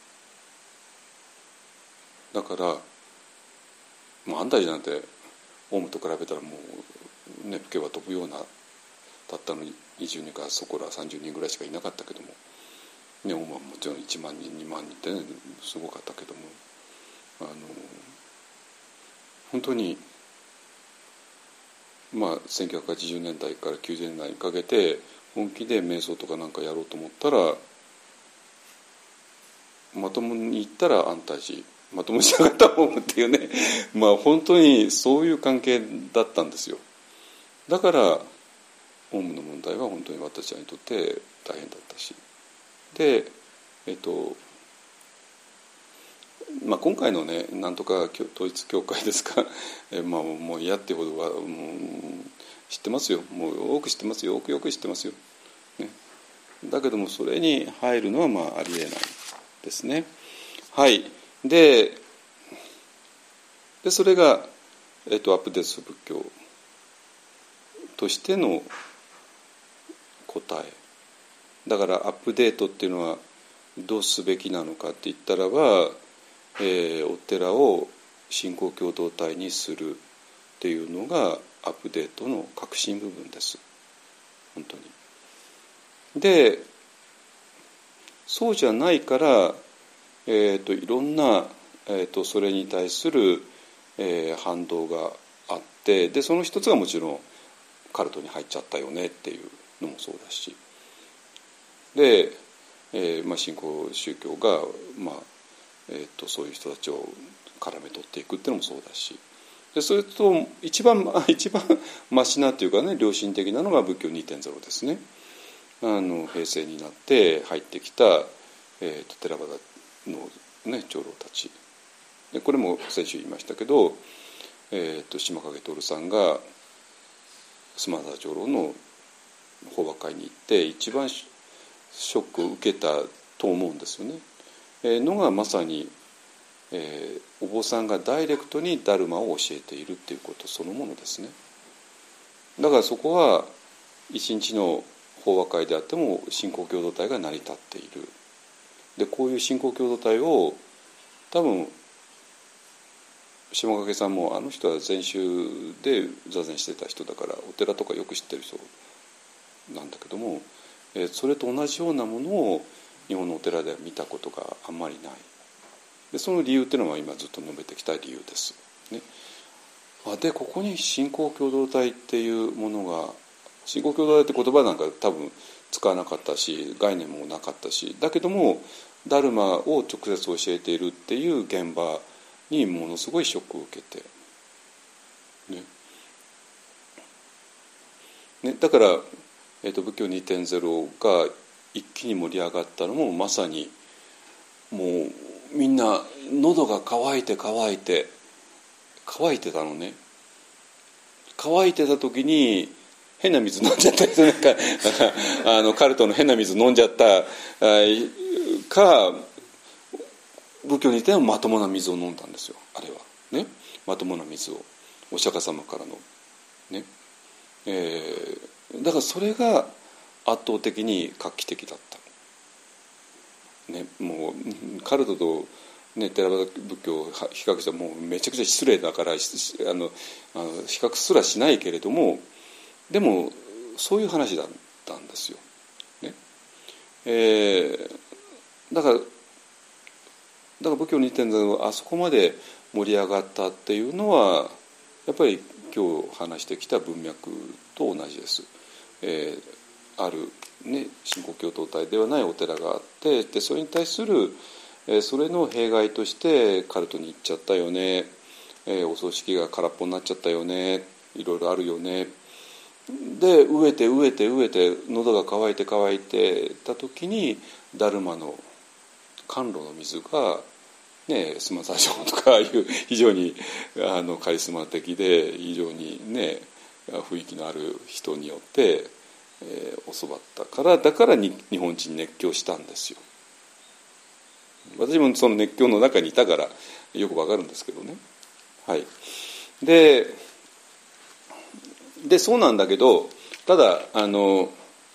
だからもう安泰寺なんてオウムと比べたらもうね武家は飛ぶようなたったのににじゅうにんかそこらさんじゅうにんぐらいしかいなかったけども、ね、オウムはもちろんいちまんにんにまんにんってねすごかったけどもあの本当にまあせんきゅうひゃくはちじゅうねんだいからきゅうじゅうねんだいにかけて本気で瞑想とかなんかやろうと思ったらまともに言ったら安泰寺まともにしなかったオウムっていうねまあ本当にそういう関係だったんですよ。だからオウムの問題は本当に私たちにとって大変だったしでえっとまあ今回のねなんとか統一教会ですかえまあもう嫌っていうほどはもう知ってますよもう多く知ってますよよくよく知ってますよ、ね、だけどもそれに入るのはまあありえないですね。はいででそれが、えっと、アップデート仏教としての答えだからアップデートっていうのはどうすべきなのかって言ったらば、えー、お寺を信仰共同体にするっていうのがアップデートの核心部分です本当に。でそうじゃないから、えー、といろんな、えー、とそれに対する、えー、反動があってでその一つがもちろんカルトに入っちゃったよねっていうのもそうだしで、えーまあ、新興宗教が、まあえー、とそういう人たちを絡め取っていくっていうのもそうだしでそれと一番一番マシなっていうかね良心的なのが仏教 にてんゼロ ですね。あの平成になって入ってきた、えー、と寺端の、ね、長老たちでこれも先週言いましたけど、えー、と島影徹さんがスマダ長老の法話会に行って一番ショックを受けたと思うんですよね。えー、のがまさに、えー、お坊さんがダイレクトにダルマを教えているっていうことそのものですね。だからそこは一日の法話会であっても信仰共同体が成り立っている。でこういう信仰共同体を多分島影さんもあの人は禅宗で座禅してた人だからお寺とかよく知ってる人なんだけども、えー、それと同じようなものを日本のお寺では見たことがあんまりない。でその理由っていうのは今ずっと述べてきた理由です、ね、でここに信仰共同体っていうものが信仰共同体って言葉なんか多分使わなかったし概念もなかったし、だけどもダルマを直接教えているっていう現場にものすごいショックを受けて、ねね、だから、えーと、仏教 にてんゼロ が一気に盛り上がったのもまさにもうみんな喉が渇いて渇いて乾いてたのね。乾いてた時に変な水飲んじゃったり、なんかあのカルトの変な水飲んじゃったか、仏教にいてもまともな水を飲んだんですよ、あれはね。まともな水をお釈迦様からのね、えー、だからそれが圧倒的に画期的だったね。もうカルトとね、テラバダ仏教を比較したらもうめちゃくちゃ失礼だからあのあの比較すらしないけれども、でもそういう話だったんですよ、ねえー、だからだから仏教 にてんゼロ があそこまで盛り上がったっていうのはやっぱり今日話してきた文脈と同じです。えー、ある、ね、信仰共同体ではないお寺があって、でそれに対するそれの弊害としてカルトに行っちゃったよね、えー、お葬式が空っぽになっちゃったよね、いろいろあるよね、で飢えて飢えて飢えて喉が渇いて渇いてた時にダルマの甘露の水が、ね、スマサジョとかいう非常にあのカリスマ的で非常にね雰囲気のある人によって、えー、教わったからだからに日本人熱狂したんですよ。私もその熱狂の中にいたからよくわかるんですけどね。はい。で、でそうなんだけど、ただあの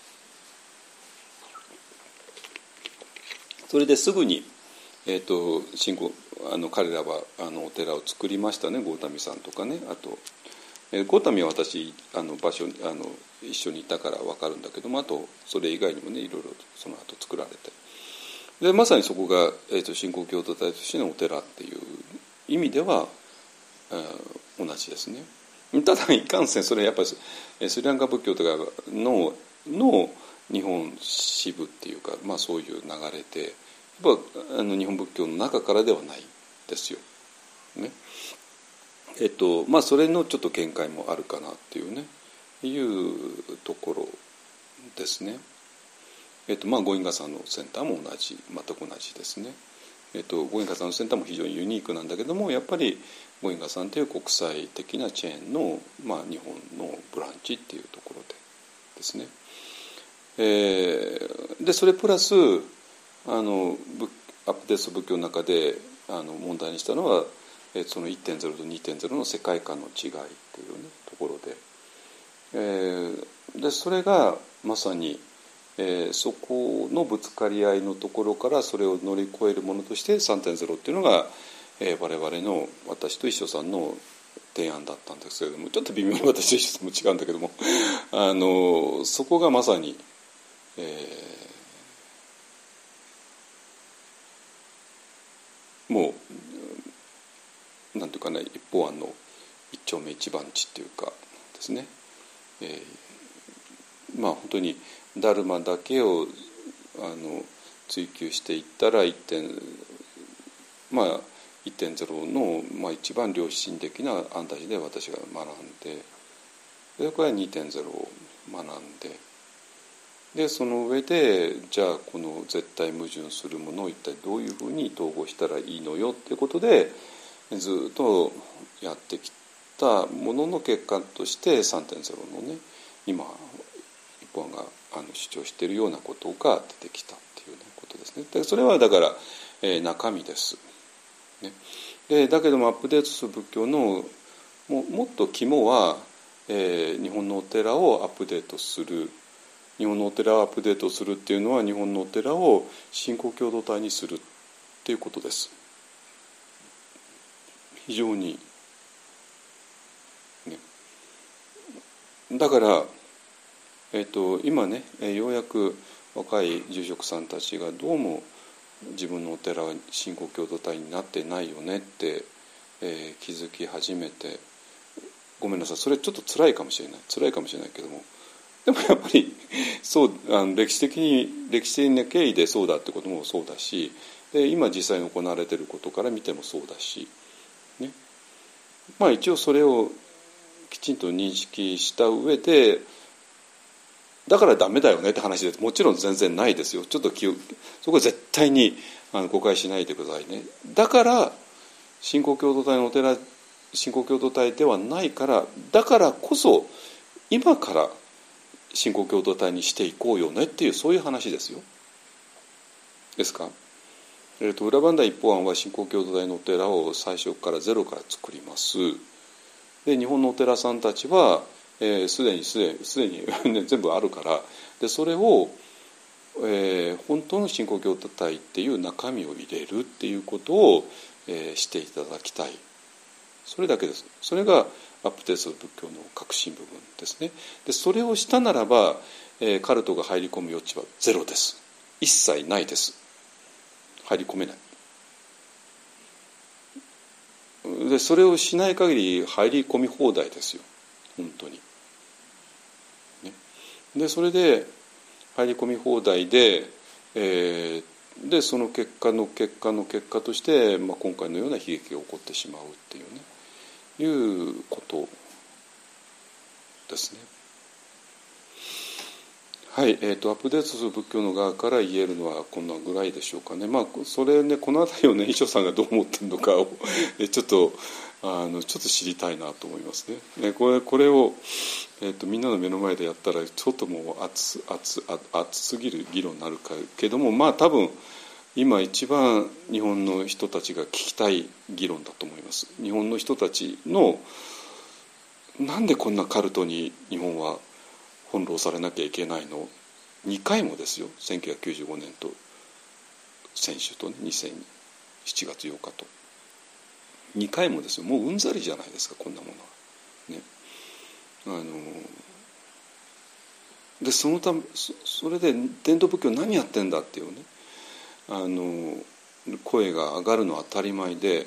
それですぐに、えーと、信仰あの彼らはあのお寺を作りましたね。ゴータミさんとかね。あと、えー、ゴータミは私あの場所あの一緒にいたからわかるんだけども、あとそれ以外にもねいろいろその後作られて。でまさにそこが、えー、と信仰共同体としてのお寺っていう意味では、えー、同じですね。ただいかんせんそれはやっぱりスリランカ仏教とかのの日本支部っていうか、まあ、そういう流れでやっぱあの日本仏教の中からではないですよ。ねえっとまあ、それのちょっと見解もあるかなっていうねいうところですね。えっとまあ、ゴインガさんのセンターも同じ、全く同じですね。えっと、ゴインガさんのセンターも非常にユニークなんだけども、やっぱりゴインガさんという国際的なチェーンの、まあ、日本のブランチっていうところでですね。えー、でそれプラスあのアップデート仏教の中であの問題にしたのは、えその いってんゼロ と にてんゼロ の世界観の違いという、ね、ところで、えー、でそれがまさにえー、そこのぶつかり合いのところからそれを乗り越えるものとして さんてんゼロ っていうのが、えー、我々の私と一緒さんの提案だったんですけれども、ちょっと微妙に私と一緒さんも違うんだけどもあのそこがまさに、えー、もうなんていうかね一方案の一丁目一番地っていうかですね、えー、まあ本当にダルマだけをあの追求していったらいってん、まあ、いってんゼロ の、まあ、一番良心的なアンタジで私が学んで、でこれは にてんゼロ を学んで、でその上でじゃあこの絶対矛盾するものを一体どういうふうに統合したらいいのよっていうことでずっとやってきたものの結果として さんてんゼロ のね今一本があの主張しているようなことが出てきたっていう、ね、ことですね。でそれはだから、えー、中身です、ね、でだけどもアップデートする仏教のも, もっと肝は、えー、日本のお寺をアップデートする、日本のお寺をアップデートするっていうのは日本のお寺を信仰共同体にするっていうことです。非常に、ね、だからえー、と今ねようやく若い住職さんたちがどうも自分のお寺は信仰共同体になってないよねって、えー、気づき始めて、ごめんなさいそれちょっと辛いかもしれない辛いかもしれないけども、 でもやっぱりそうあの歴史的に歴史的な経緯でそうだってこともそうだし、で今実際に行われていることから見てもそうだし、ね、まあ一応それをきちんと認識した上で、だからダメだよねって話でもちろん全然ないですよ。ちょっと気をそこは絶対にあの誤解しないでくださいね。だから新興共同体のお寺、新興共同体ではないから、だからこそ今から新興共同体にしていこうよねっていう、そういう話ですよ。ですか。えーと、裏磐梯一方案は新興共同体のお寺を最初からゼロから作ります。で日本のお寺さんたちはすで、えー、にすでにすでに、ね、全部あるから、でそれを、えー、本当の新興共同体っていう中身を入れるっていうことを、えー、していただきたい。それだけです。それがアップデート仏教の核心部分ですね。でそれをしたならば、えー、カルトが入り込む余地はゼロです。一切ないです。入り込めない。でそれをしない限り入り込み放題ですよ、本当に、ね、でそれで入り込み放題で、えー、でその結果の結果の結果として、まあ、今回のような悲劇が起こってしまうっていうね、いうことですね。はい、えーと、アップデートする仏教の側から言えるのはこんなぐらいでしょうかね。まあそれね、この辺りをね、衣装さんがどう思ってるのかをちょっとあのちょっと知りたいなと思いますね。ねこれこれを、えーと、みんなの目の前でやったらちょっともう熱熱熱すぎる議論になるかけども、まあ多分今一番日本の人たちが聞きたい議論だと思います。日本の人たちのなんでこんなカルトに日本は翻弄されなきゃいけないの。にかいもですよ。せんきゅうひゃくきゅうじゅうごねんと先週とね、にせんしちがつようかとにかいもですよ。もううんざりじゃないですか、こんなものはね。あのでそのため そ, それで伝統仏教何やってんだっていうね、あの声が上がるのは当たり前で、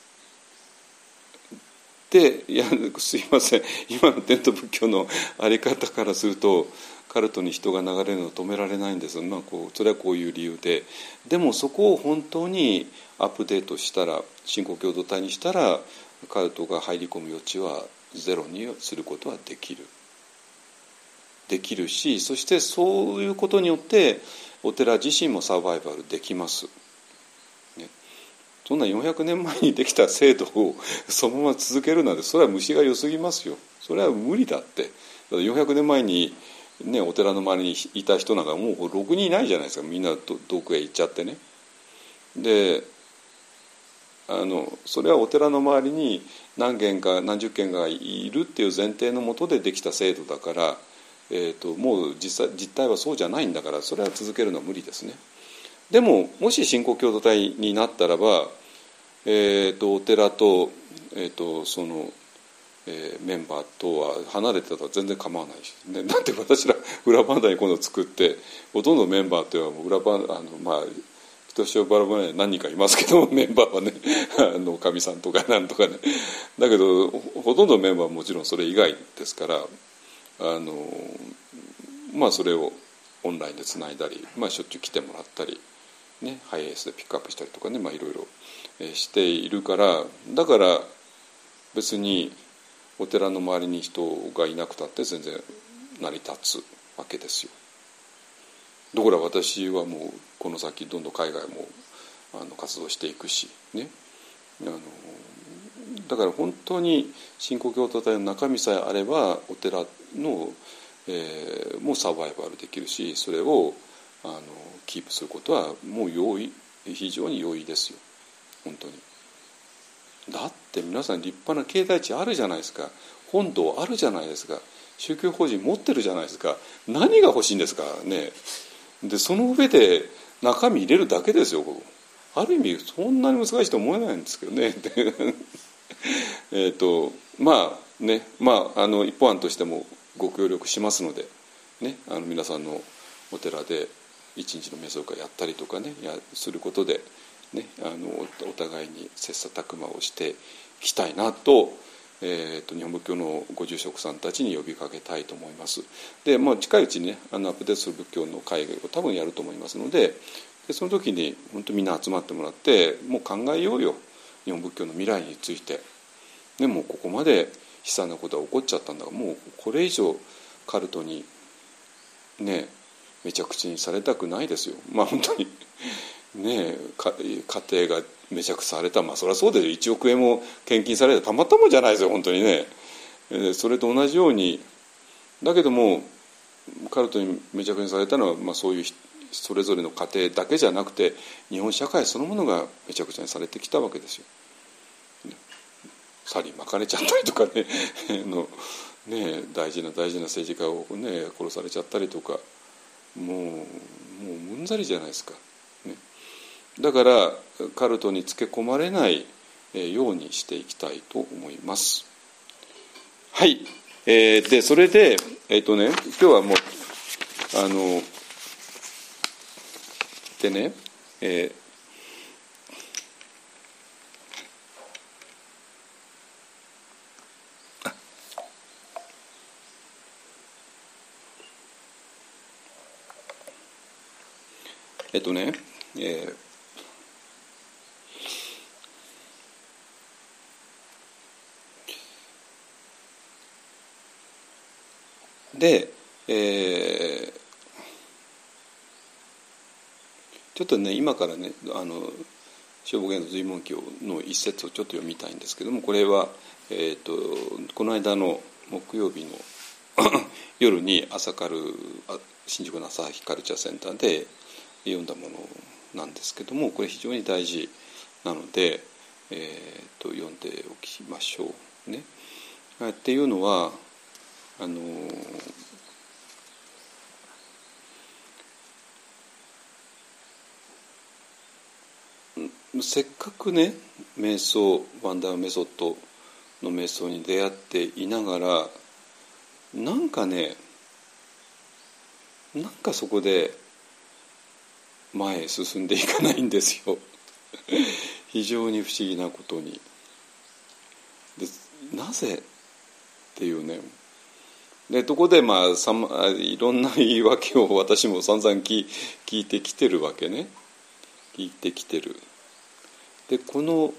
でいやすいません、今の伝統仏教のあり方からするとカルトに人が流れるのを止められないんです。まあ、こうそれはこういう理由で、でもそこを本当にアップデートしたら、新興共同体にしたらカルトが入り込む余地はゼロにすることはできるできるし、そしてそういうことによってお寺自身もサバイバルできます、ね、そんなよんひゃくねんまえにできた制度をそのまま続けるなんて、それは虫が良すぎますよ。それは無理だって。よんひゃくねんまえに、ね、お寺の周りにいた人なんかもうろくにんいないじゃないですか。みんな遠くへ行っちゃってね。であのそれはお寺の周りに何軒か何十軒がいるっていう前提のもとでできた制度だから、えーと、もう実際実態はそうじゃないんだから、それは続けるのは無理ですね。でももし新興共同体になったらば、えーと、お寺と、えーと、その、えー、メンバーとは離れてたら全然構わないし、ね、だって私ら裏バンダに今度作って、ほとんどメンバーというのはもう裏バンあのまあ人吉バラバラに何人かいますけど、メンバーはね、あのかみさんとかなんとかね、だけどほとんどメンバーはもちろんそれ以外ですから、あのまあそれをオンラインでつないだり、まあ、しょっちゅう来てもらったり、ね、ハイエースでピックアップしたりとかね、まあいろいろしているから、だから別にお寺の周りに人がいなくたって全然成り立つわけですよ。だから私はもうこの先どんどん海外もあの活動していくしね、あのだから本当に新興共同体の中身さえあればお寺の、えー、もうサバイバルできるし、それをあのキープすることはもう容易、非常に容易ですよ、本当に。だって皆さん立派な境内地あるじゃないですか、本堂あるじゃないですか、宗教法人持ってるじゃないですか。何が欲しいんですかね。でその上で中身入れるだけですよ。ある意味そんなに難しいと思えないんですけどねえっとまあね、まああの一方案としてもご協力しますので、ね、あの皆さんのお寺で一日の瞑想会やったりとかね、やすることで、ね、あのお互いに切磋琢磨をしていきたいなと、 えー、と日本仏教のご住職さんたちに呼びかけたいと思います。で、まあ、近いうちにねあのアップデートする仏教の会を多分やると思いますので、でその時に本当みんな集まってもらってもう考えようよ日本仏教の未来について。でもうここまで悲惨なことが起こっちゃったんだからもうこれ以上カルトにねめちゃくちゃにされたくないですよ。まあ本当にね家庭がめちゃくちゃされた、まあそれはそうですよ。いちおくえんも献金されたたまったもんじゃないですよ本当にね。それと同じようにだけどもカルトにめちゃくちゃにされたのは、まあ、そういうそれぞれの家庭だけじゃなくて日本社会そのものがめちゃくちゃにされてきたわけですよ。サリまかれちゃったりとかねのね大事な大事な政治家を、ね、殺されちゃったりとかもうもううんざりじゃないですか、ね、だからカルトにつけ込まれないようにしていきたいと思います。はい、えー、でそれでえっとね今日はもうあのでね、えーえっとね、えー、で、えー、ちょっとね今からねあの聖母源の随文記の一節をちょっと読みたいんですけども、これは、えー、とこの間の木曜日の夜に朝カル新宿の朝日カルチャーセンターで読んだものなんですけども、これ非常に大事なので、えー、と読んでおきましょうね。っていうのはあのせっかくね瞑想ワンダーメソッドの瞑想に出会っていながらなんかねなんかそこで前へ進んでいかないんですよ非常に不思議なことに。でなぜっていうね。でとこでまあさいろんな言い訳を私も散々聞聞いてきてるわけね。聞いてきてる。でこの、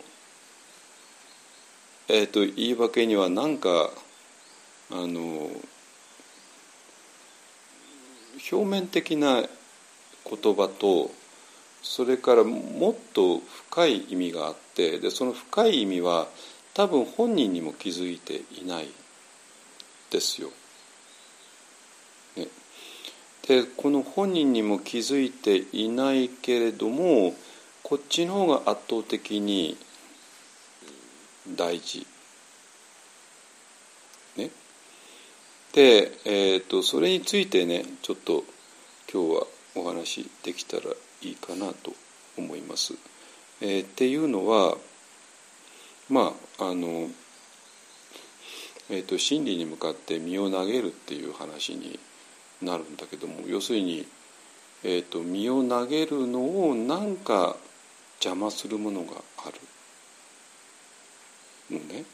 えー、と言い訳には何かあの表面的な言葉とそれからもっと深い意味があって、でその深い意味は多分本人にも気づいていないですよ、ね、でこの本人にも気づいていないけれどもこっちの方が圧倒的に大事、ね、で、えーと、それについてねちょっと今日はお話できたらいいかなと思います。えー、っていうのはまああの、えーと、真理に向かって身を投げるっていう話になるんだけども、要するに、えーと、身を投げるのをなんか邪魔するものがあるのね。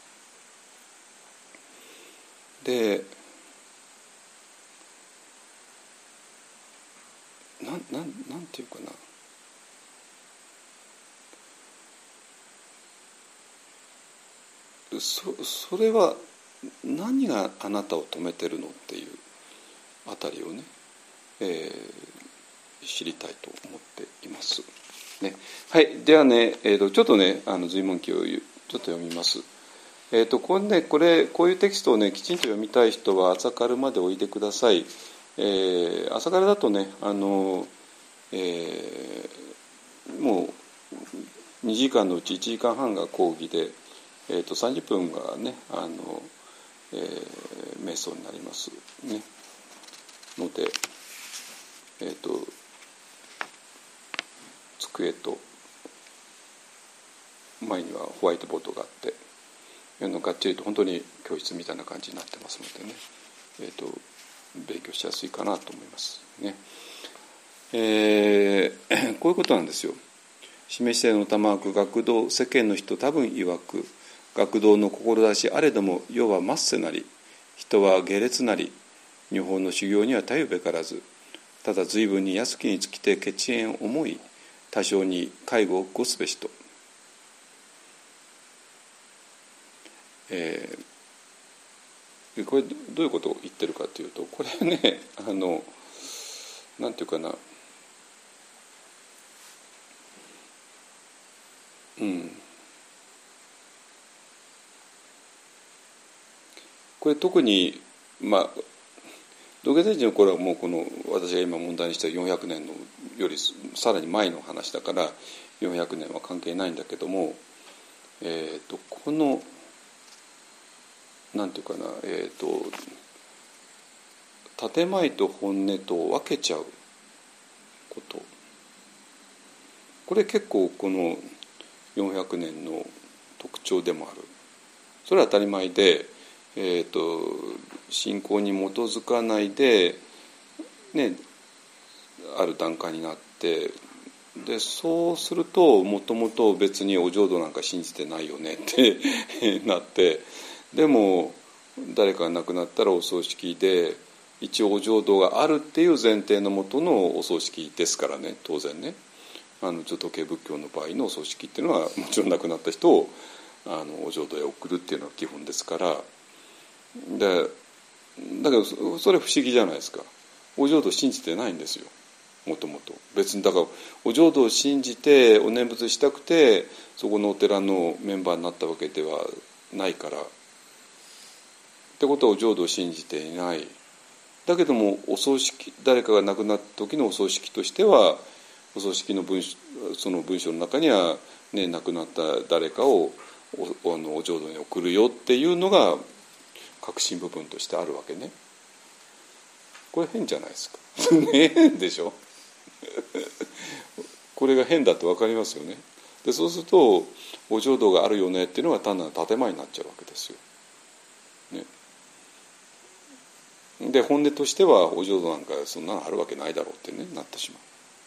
でなななんていうかなそ, それは何があなたを止めてるのっていうあたりをね、えー、知りたいと思っています、ね、はいではね、えー、とちょっとねあの随文記をちょっと読みます。えー、とこれねこれこういうテキストをねきちんと読みたい人は朝カルまでおいでください。えー、朝カルだとねあの、えー、もうにじかんのうちいちじかんはんが講義で、えー、とさんじゅっぷんがねあの、えー、瞑想になりますねので、えー、と机と前にはホワイトボードがあってのがっちりと本当に教室みたいな感じになってますのでね、えー、と勉強しやすいかなと思いますね。えー、こういうことなんですよ。示し性の玉悪学道世間の人多分曰く学童の志あれども世は末世なり、人は下劣なり、女法の修行にはたゆべからず、ただ随分に安きに尽きて血縁思い、多少に介護をごすべしと、えー、これどういうことを言ってるかというと、これね、あのなんていうかな、うんこれ特にまあ道元禅師の頃はもうこの私が今問題にしたよんひゃくねんのよりさらに前の話だからよんひゃくねんは関係ないんだけども、えー、とこのなんていうかな、えー、と建前と本音と分けちゃうこと、これ結構このよんひゃくねんの特徴でもある。それは当たり前で、えー、と信仰に基づかないで、ね、ある段階になって、でそうするともともと別にお浄土なんか信じてないよねってなって、でも誰かが亡くなったらお葬式で一応お浄土があるっていう前提のもとのお葬式ですからね、当然ね、あの除土系仏教の場合のお葬式っていうのはもちろん亡くなった人をあのお浄土へ送るっていうのが基本ですから。でだけどそれ不思議じゃないですか。お浄土を信じてないんですよ、もともと。別にだからお浄土を信じてお念仏したくてそこのお寺のメンバーになったわけではないから。ってことはお浄土を信じていない。だけどもお葬式、誰かが亡くなった時のお葬式としては、お葬式の文書、その文章の中には、ね、亡くなった誰かを お, あのお浄土に送るよっていうのが核心部分としてあるわけね。これ変じゃないですか。変でしょこれが変だって分かりますよね。でそうするとお浄土があるよねっていうのが単なる建前になっちゃうわけですよ、ね、で本音としてはお浄土なんかそんなのあるわけないだろうってねなってしま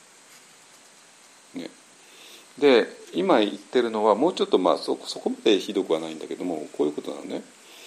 う、ね、で今言ってるのはもうちょっとまあ そ, そこまでひどくはないんだけども、こういうことなのね。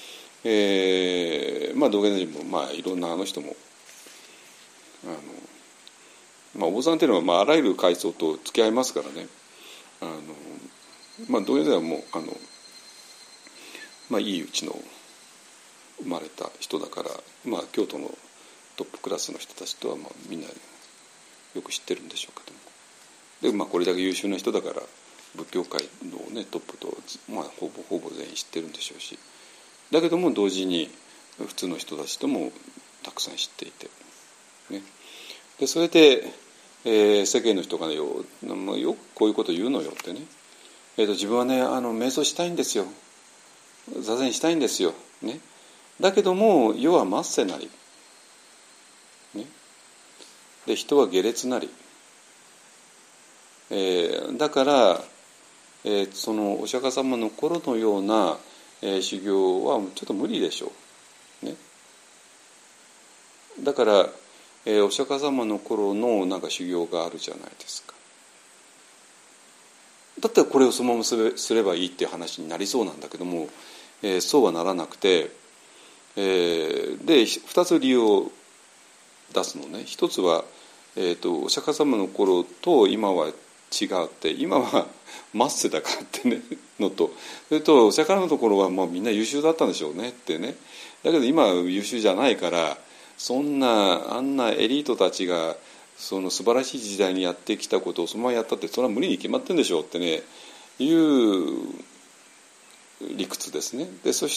えー、まあ道元禅師もまあいろんなあの人もあの、まあ、お坊さんっていうのはまああらゆる階層と付き合いますからね。あの、まあ、道元禅師はもうあの、まあ、いいうちの生まれた人だから、まあ、京都のトップクラスの人たちとはまあみんなよく知ってるんでしょうけども、で、まあ、これだけ優秀な人だから仏教界の、ね、トップと、まあ、ほぼほぼ全員知ってるんでしょうし、だけども同時に普通の人たちともたくさん知っていて、ね、でそれで、えー、世間の人がよ、よくこういうこと言うのよってね、えー、と自分はねあの瞑想したいんですよ、座禅したいんですよ、ね、だけども世は末世なり、ね、で人は下劣なり、えー、だから、えー、そのお釈迦様の頃のようなえー、修行はちょっと無理でしょう、ね、だから、えー、お釈迦様の頃のなんか修行があるじゃないですか。だったらこれをそのまますれ、すればいいっていう話になりそうなんだけども、えー、そうはならなくて、えー、でふたつ理由を出すのね。一つは、えーと、お釈迦様の頃と今は違うって、今は末世だからってねのと、それとお釈迦のところはもうみんな優秀だったんでしょうねってね。だけど今は優秀じゃないから、そんなあんなエリートたちがその素晴らしい時代にやってきたことをそのままやったってそれは無理に決まってるんでしょうってねいう理屈ですね。でそして、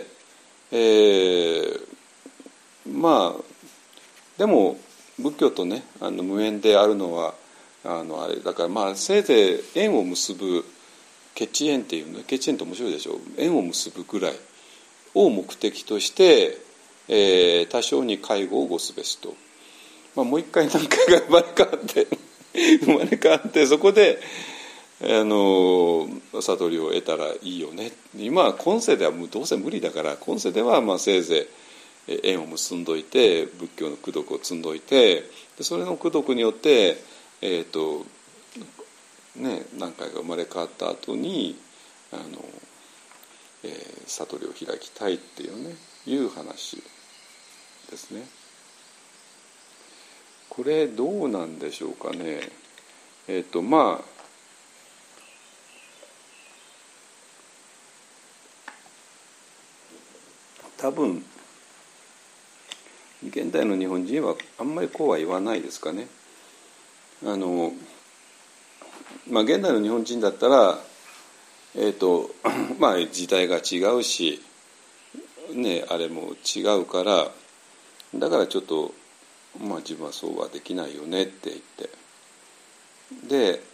えー、まあでも仏教とねあの無縁であるのはあのあれだから、まあせいぜい縁を結ぶ結縁っていうね、結縁って面白いでしょ。縁を結ぶぐらいを目的として、えー、多少に介護をごすべしと、まあ、もう一回何回か生まれ変わって生まれ変わってそこであの悟りを得たらいいよね。今は今世ではもうどうせ無理だから、今世ではまあせいぜい縁を結んどいて仏教の功徳を積んどいて、でそれの功徳によってえーとね、何回か生まれ変わった後にあのえー、悟りを開きたいっていうねいう話ですね。これどうなんでしょうかね。えっとまあ多分現代の日本人はあんまりこうは言わないですかね。あのまあ現代の日本人だったらえっとまあ時代が違うしねあれも違うからだからちょっとまあ自分はそうはできないよねって言ってで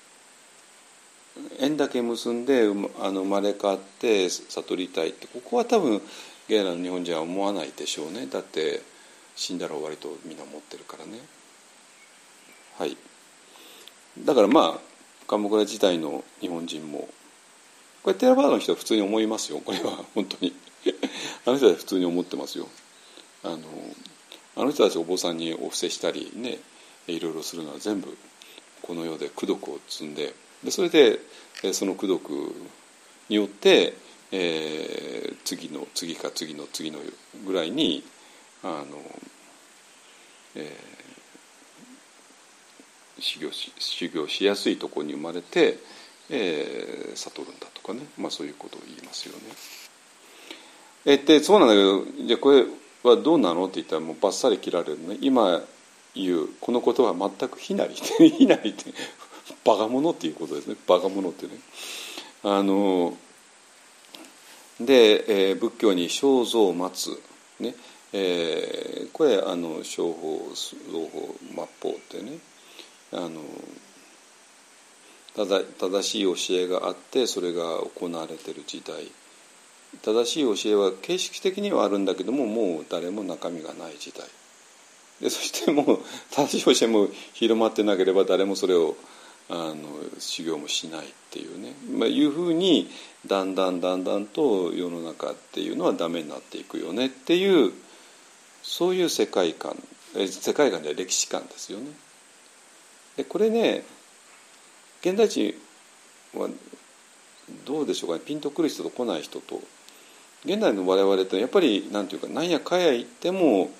縁だけ結んであの生まれ変わって悟りたいってここは多分現代の日本人は思わないでしょうね。だって死んだら終わりとみんな思ってるからね。はい。だからまあ鎌倉時代の日本人もこれテラバードの人は普通に思いますよ。これは本当にあの人たち普通に思ってますよ。あのあの人たちお坊さんにお布施したりねいろいろするのは全部この世で功徳を積んで、でそれでその功徳によって、えー、次の次か次の次のぐらいにあの、えー、修行し修行しやすいところに生まれて、えー、悟るんだとかね、まあそういうことを言いますよね。えでそうなんだけど、じゃあこれはどうなのって言ったらもうバッサリ切られるね。今言うこのことは全く非なり非なりってバカ者っていうことですね。バカ者ってね。あので、えー、仏教に正蔵を待つね、えー、これあの正法造法末法ってね、あのただ正しい教えがあってそれが行われている時代、正しい教えは形式的にはあるんだけどももう誰も中身がない時代で、そしてもう正しい教えも広まってなければ誰もそれをあの修行もしないっていうね、まあ、いうふうにだんだんだんだんと世の中っていうのはダメになっていくよねっていうそういう世界観世界観で歴史観ですよね。でこれね現代人はどうでしょうかね、ピンとくる人と来ない人と現代の我々ってやっぱりなんていうかなんやかや言っても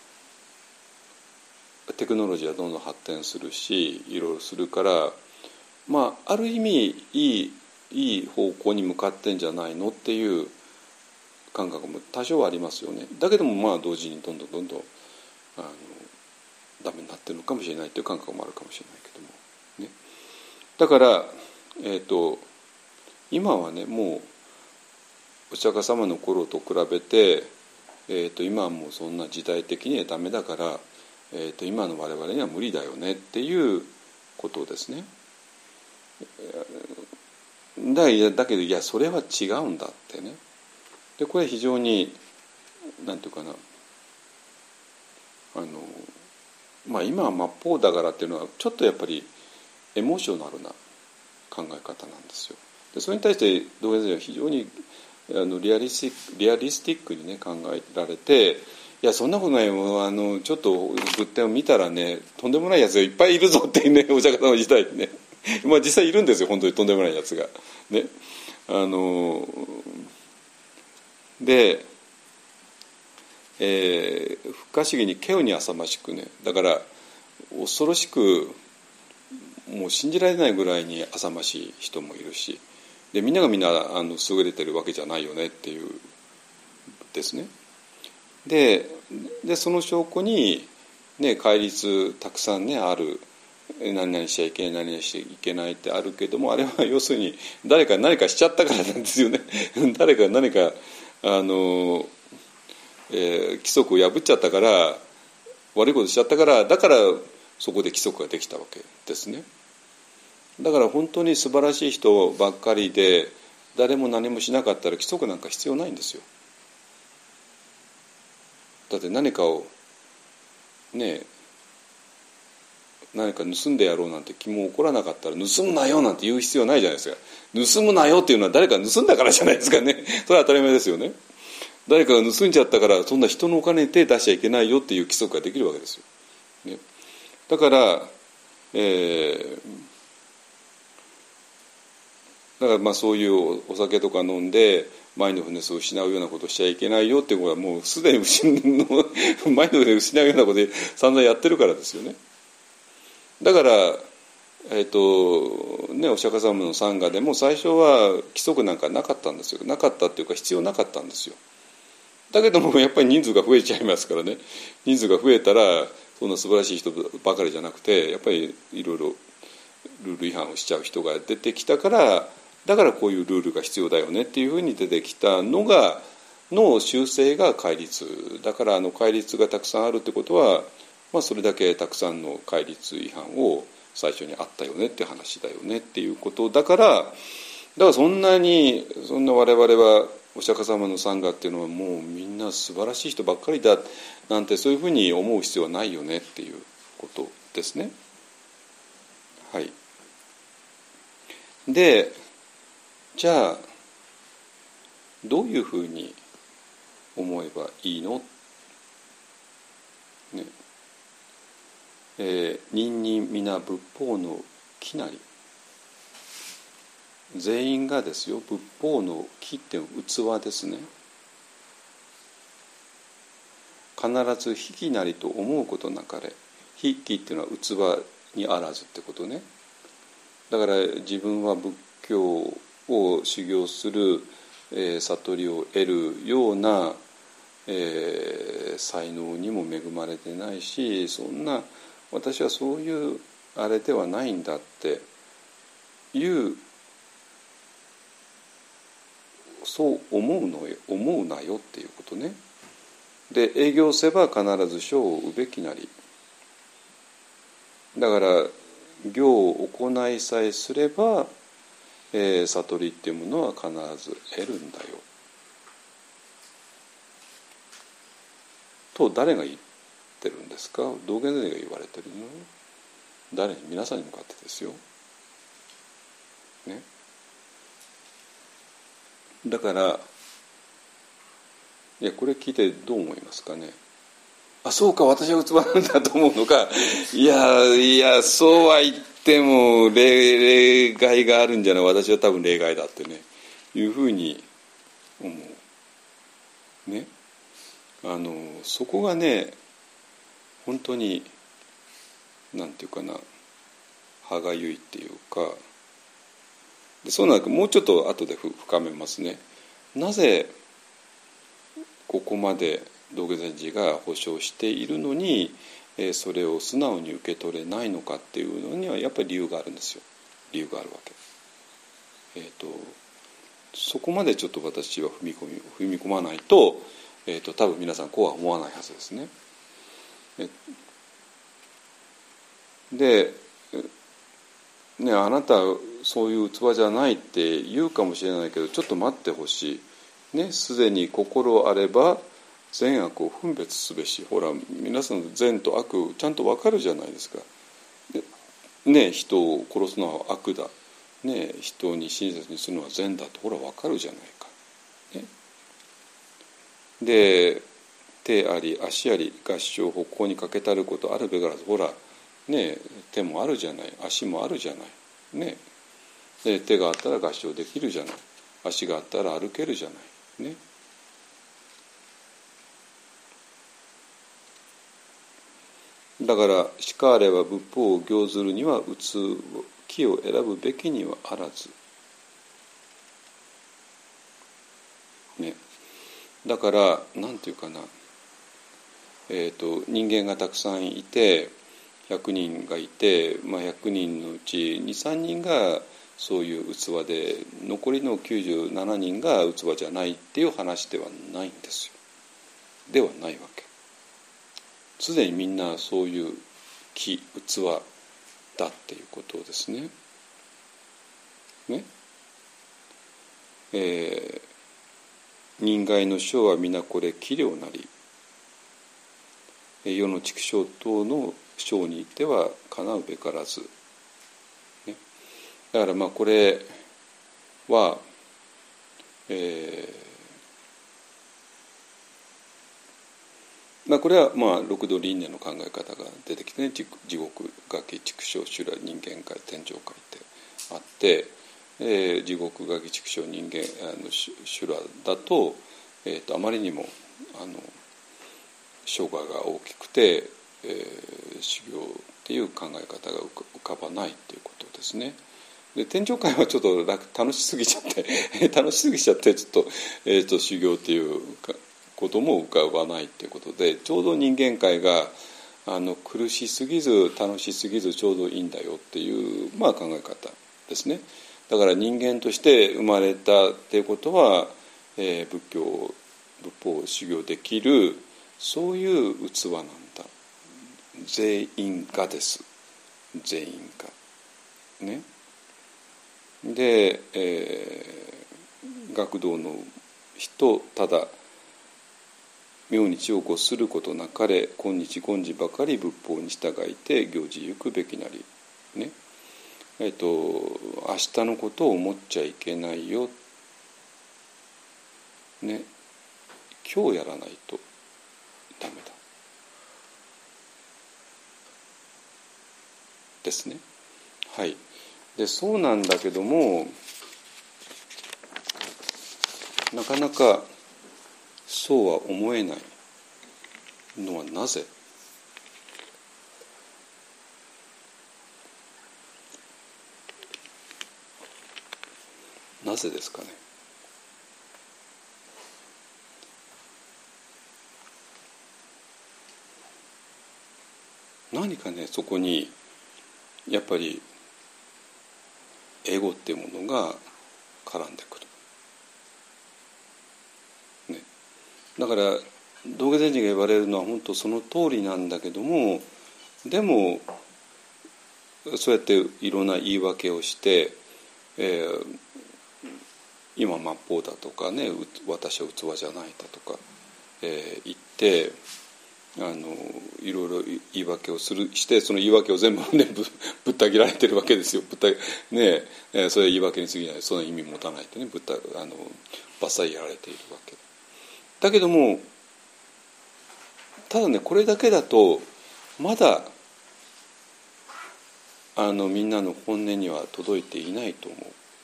テクノロジーはどんどん発展するしいろいろするからまあある意味いいいい方向に向かってんじゃないのっていう感覚も多少ありますよね。だけどもまあ同時にどんどんどんどんあのダメになってるのかもしれないという感覚もあるかもしれないけどもね。だからえっと今はねもうお釈迦様の頃と比べて、えー、と今はもうそんな時代的にはダメだから、えー、と今の我々には無理だよねっていうことですね。だ, だけどいやそれは違うんだってね。でこれ非常になんていうかなあの、まあ、今は末法だからっていうのはちょっとやっぱりエモーショナルな考え方なんですよ。でそれに対して道元先生は非常にあのリアリスティック、リアリスティックにね考えられて、いやそんなことないよ、あのちょっと仏典を見たらねとんでもないやつがいっぱいいるぞっていうねお釈迦様の時代にねまあ実際いるんですよ本当にとんでもないやつがね。あので、えー、不可思議に稀有に浅ましくね、だから恐ろしくもう信じられないぐらいに浅ましい人もいるし、でみんながみんなあの優れてるわけじゃないよねっていうですね。で, でその証拠に、ね、戒律たくさんねある、何々しちゃいけない何々しちゃいけないってあるけども、あれは要するに誰か何かしちゃったからなんですよね誰か何かあの、えー、規則を破っちゃったから悪いことしちゃったからだからそこで規則ができたわけですね。だから本当に素晴らしい人ばっかりで誰も何もしなかったら規則なんか必要ないんですよ。だって何かをね何か盗んでやろうなんて気も起こらなかったら盗むなよなんて言う必要ないじゃないですか。盗むなよっていうのは誰か盗んだからじゃないですかねそれは当たり前ですよね。誰かが盗んじゃったからそんな人のお金で出しちゃいけないよっていう規則ができるわけですよ、ね、だから、えー、だからまあそういうお酒とか飲んでマインドフルネスを失うようなことをしちゃいけないよっていうことはもうすでに失のマインドフルネスを失うようなことで散々やってるからですよね。だから、えーとね、お釈迦様のサンガでも最初は規則なんかなかったんですよ。なかったっていうか必要なかったんですよ。だけどもやっぱり人数が増えちゃいますからね。人数が増えたらそんな素晴らしい人ばかりじゃなくてやっぱりいろいろルール違反をしちゃう人が出てきたから、だからこういうルールが必要だよねっていうふうに出てきたのがの修正が戒律だから、あの戒律がたくさんあるってことは、まあ、それだけたくさんの戒律違反を最初にあったよねって話だよねっていうことだから、だからそんなにそんな我々はお釈迦様のサンガっていうのはもうみんな素晴らしい人ばっかりだなんてそういうふうに思う必要はないよねっていうことですね。はい。で、じゃあどういうふうに思えばいいの、ねえー、人人皆仏法の木なり、全員がですよ、仏法の木っていう器ですね。必ず引きなりと思うことなかれ。引きっていうのは器にあらずってことね。だから自分は仏教を修行する、えー、悟りを得るような、えー、才能にも恵まれてないし、そんな私はそういうあれではないんだっていうそう思うのよ思うなよっていうことね。で、営業せば必ず書を得べきなり。だから行を行いさえすれば、えー、悟りっていうものは必ず得るんだよと誰が言ってるんですか。道元先生が言われてるの。誰に？皆さんに向かってですよ、ね、だからいやこれ聞いてどう思いますかね。あ、そうか、私は器なんだと思うのか。いやいや、そうは言っても例外があるんじゃない。私は多分例外だってねいうふうに思うね。あのそこがね本当になんていうかな、歯がゆいっていうかで、そうなんだけどもうちょっと後で深めますね。なぜここまで道元禅師が保証しているのに、えー、それを素直に受け取れないのかっていうのにはやっぱり理由があるんですよ。理由があるわけ。えーと、そこまでちょっと私は踏み込み踏み込まないと、えーと、多分皆さんこうは思わないはずですね。で、ね、あなたそういう器じゃないって言うかもしれないけど、ちょっと待ってほしい。ね、すでに心あれば善悪を分別すべし。ほら皆さん善と悪ちゃんと分かるじゃないですか。で、ね、人を殺すのは悪だ、ね、人に親切にするのは善だとほら分かるじゃないか、ね、で手あり足あり合掌歩行にかけたることあるべからず、ほら、ね、手もあるじゃない、足もあるじゃない、ね、で手があったら合掌できるじゃない、足があったら歩けるじゃないね。だからしかあれば仏法を行ずるには打つ木を選ぶべきにはあらず、ね、だからなんていうかな、えーと、人間がたくさんいてひゃくにんがいて、まあ、ひゃくにんのうちにさんにんがそういう器で残りのきゅうじゅうななにんが器じゃないっていう話ではないんですよ。ではないわけ。すでにみんなそういう木器だっていうことですね。ね、えー、人外の生は皆これ器量なり、世の畜生等の生にいてはかなうべからず、ね、だからまあこれは、えーまあ、これはまあ六道輪廻の考え方が出てきてね、地獄、餓鬼、畜生、修羅、人間界、天上界ってあって、 えー、地獄が畜生人間あの修羅だと、えー、とあまりにもあの障害が大きくて、えー、修行っていう考え方が浮かばないっていうことですね。で天上界はちょっと楽楽しすぎちゃって楽しすぎちゃってちょっと、えー、と修行っていうことも浮かばないっていうことで、ちょうど人間界があの苦しすぎず楽しすぎずちょうどいいんだよっていう、まあ、考え方ですね。だから人間として生まれたっていうことは、えー、仏教仏法を修行できるそういう器なんだ。全員がです。全員がね。で、えー、学童の人ただ明日を御することなかれ今日今時ばかり仏法に従いて行事ゆくべきなりね。えっと明日のことを思っちゃいけないよね。今日やらないとダメだですね。はい。でそうなんだけども、なかなかそうは思えないのはなぜ？なぜですかね。何かね、そこにやっぱりエゴっていうものが絡んでくる、ね、だから道家禅師が言われるのは本当その通りなんだけども、でもそうやっていろんな言い訳をして、えー、今末法だとかね、私は器じゃないだとか、えー、言ってあのいろいろ言い訳をするしてその言い訳を全部、ね、ぶ, ぶった切られてるわけですよ。ぶった、ねえ、それは言い訳に過ぎない、その意味持たないとね、ぶったあのバッサリやられているわけだけども、ただねこれだけだとまだあのみんなの本音には届いていないと思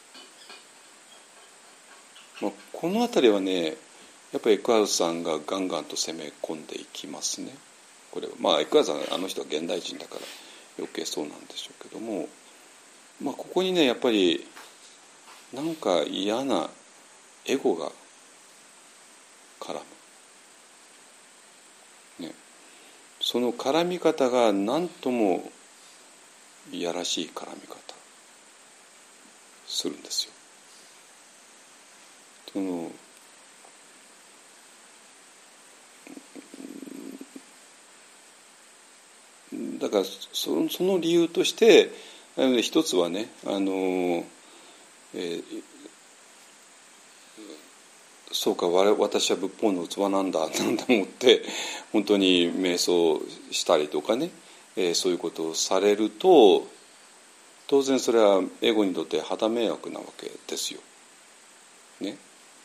う。まあ、このあたりはねやっぱりエクアルさんがガンガンと攻め込んでいきますね。これはまあエクアルさんあの人は現代人だから余計そうなんでしょうけども、まあ、ここにねやっぱりなんか嫌なエゴが絡む、ね、その絡み方が何ともいやらしい絡み方するんですよ。そのだからその、その理由として一つはねあの、えー、そうか私は仏法の器なんだなんて思って本当に瞑想したりとかね、えー、そういうことをされると当然それはエゴにとって旗迷惑なわけですよ。ね。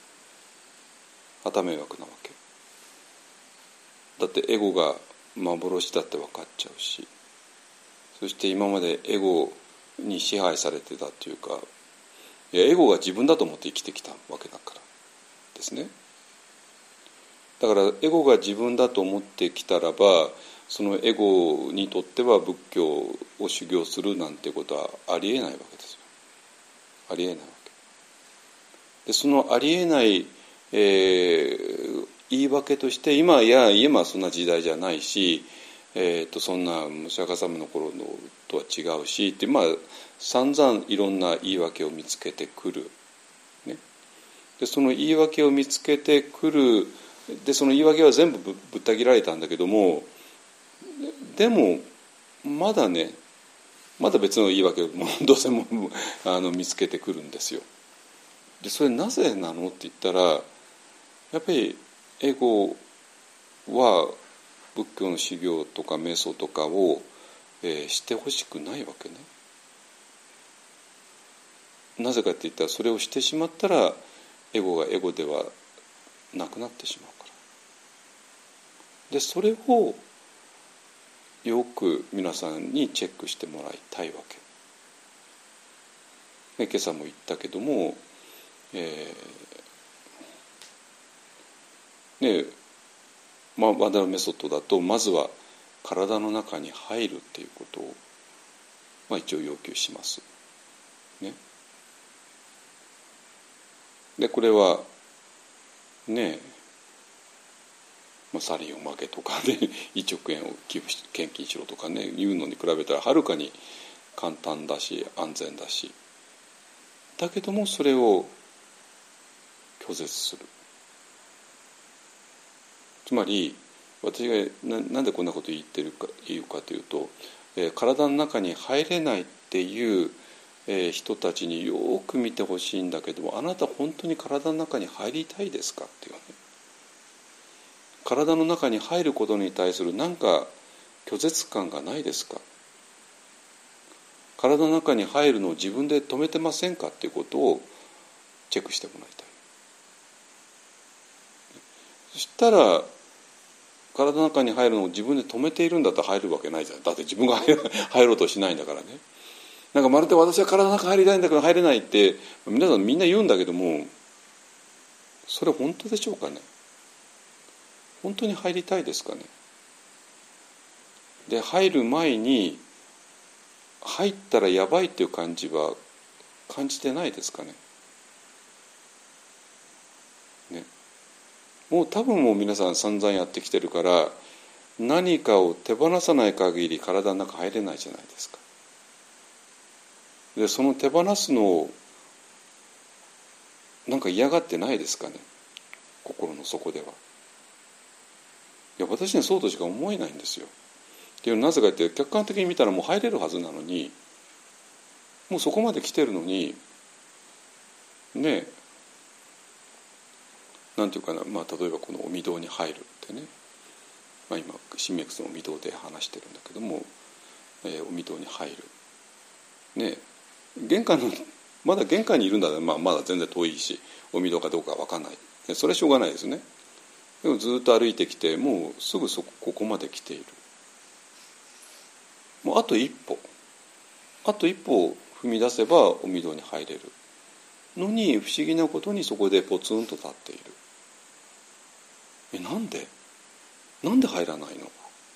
旗迷惑なわけ。だってエゴが幻だって分かっちゃうし、そして今までエゴに支配されてたっていうか、いやエゴが自分だと思って生きてきたわけだからですね。だからエゴが自分だと思ってきたらば、そのエゴにとっては仏教を修行するなんてことはありえないわけですよ。ありえないわけで、そのありえない、えー、言い訳として今いや今はそんな時代じゃないし、えー、とそんなムシャカサムの頃のとは違うしって、まあ散々いろんな言い訳を見つけてくる、ね、でその言い訳を見つけてくる。でその言い訳は全部 ぶ, ぶった切られたんだけども、でもまだねまだ別の言い訳をどうせもあの見つけてくるんですよ。でそれなぜなのって言ったら、やっぱりエゴは仏教の修行とか瞑想とかを、えー、してほしくないわけね。なぜかって言ったら、それをしてしまったらエゴがエゴではなくなってしまうから。でそれをよく皆さんにチェックしてもらいたいわけ。 今朝も言ったけども、えーねまあ、ワンダーメソッドだとまずは体の中に入るっていうことを、まあ、一応要求します。ね、でこれはねまあ、サリンをまけとかねいちおくえんを寄付し献金しろとかねいうのに比べたらはるかに簡単だし安全だし、だけどもそれを拒絶する。つまり私が な, なんでこんなこと言ってるか言うかというと、えー、体の中に入れないっていう、えー、人たちによく見てほしいんだけども、あなた本当に体の中に入りたいですかっていうね。体の中に入ることに対する何か拒絶感がないですか。体の中に入るのを自分で止めてませんかっていうことをチェックしてもらいたい。そしたら体の中に入るのを自分で止めているんだったら入るわけないじゃん。だって自分が入ろうとしないんだからね。なんかまるで私は体の中入りたいんだけど入れないって皆さんみんな言うんだけども、それ本当でしょうかね。本当に入りたいですかね。で入る前に入ったらやばいっていう感じは感じてないですかね。ね、もう多分もう皆さん散々やってきてるから、何かを手放さない限り体の中入れないじゃないですか。でその手放すのをなんか嫌がってないですかね、心の底では。いや私にはそうとしか思えないんですよ。っていうのはなぜかって客観的に見たらもう入れるはずなのに、もうそこまで来てるのにね、なんていうかな、まあ、例えばこのお御堂に入るってね、まあ、今新明窟のお御堂で話してるんだけども、えー、お御堂に入るね、玄関のまだ玄関にいるんだったら、まあ、まだ全然遠いしお御堂かどうかは分かんない、それはしょうがないですね。でもずっと歩いてきてもうすぐそこここまで来ている。もうあと一歩あと一歩踏み出せばお御堂に入れるのに、不思議なことにそこでポツンと立っている。えなんでなんで入らないの。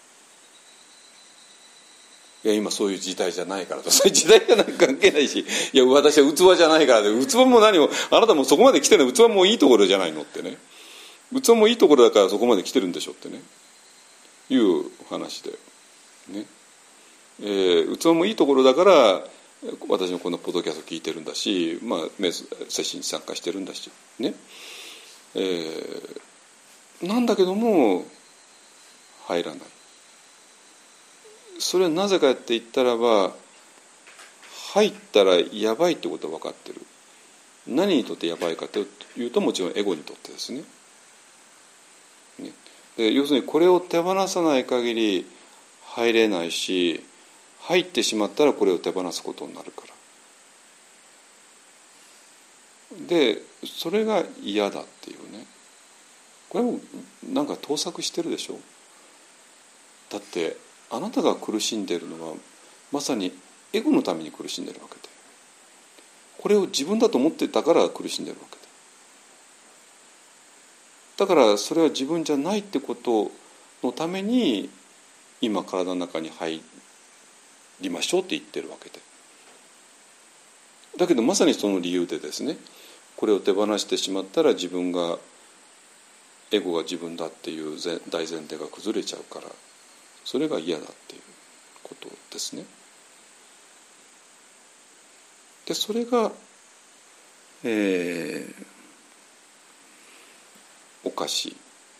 いや今そういう時代じゃないからと、そういう時代じゃない関係ないし、いや私は器じゃないからで、器も何もあなたもそこまで来てるの、器もいいところじゃないのってね、器もいいところだからそこまで来てるんでしょってねいう話でね、えー、器もいいところだから私もこのポッドキャスト聞いてるんだし、まあ接心に参加してるんだしね、えー、なんだけども入らない。それはなぜかって言ったらば、入ったらやばいってことは分かってる。何にとってやばいかというと、もちろんエゴにとってですね。ねで要するにこれを手放さない限り入れないし、入ってしまったらこれを手放すことになるから。でそれが嫌だっていうね。これもなんか盗作してるでしょ。だってあなたが苦しんでいるのはまさにエゴのために苦しんでいるわけで、これを自分だと思ってたから苦しんでいるわけで、だからそれは自分じゃないってことのために今体の中に入りましょうって言ってるわけで、だけどまさにその理由でですね、これを手放してしまったら自分がエゴが自分だっていう大前提が崩れちゃうから、それが嫌だっていうことですね。でそれが、えー、おかし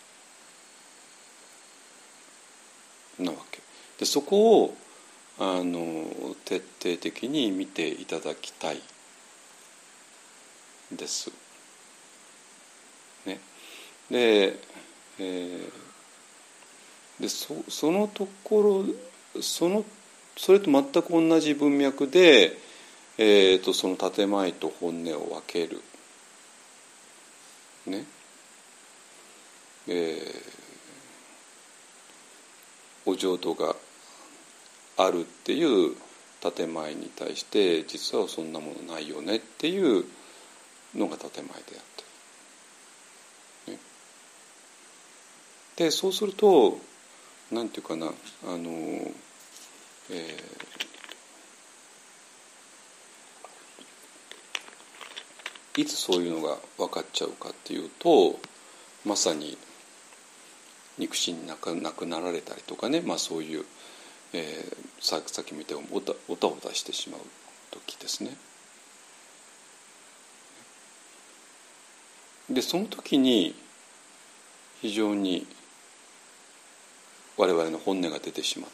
いなわけで、そこをあの徹底的に見ていただきたいです。ね、で、えーで そ, そのところそのそれと全く同じ文脈で、えー、とその建前と本音を分けるね、えー、お浄土があるっていう、 建前に対して実はそんなものないよねっていうのが建前であって、ね、でそうするとなんていうかなあの、えー、いつそういうのが分かっちゃうかっていうとまさに肉親に亡くなられたりとかね、まあ、そういう、えー、さ, さっき見ておたおたおたしてしまう時ですね。でその時に非常に我々の本音が出てしまって、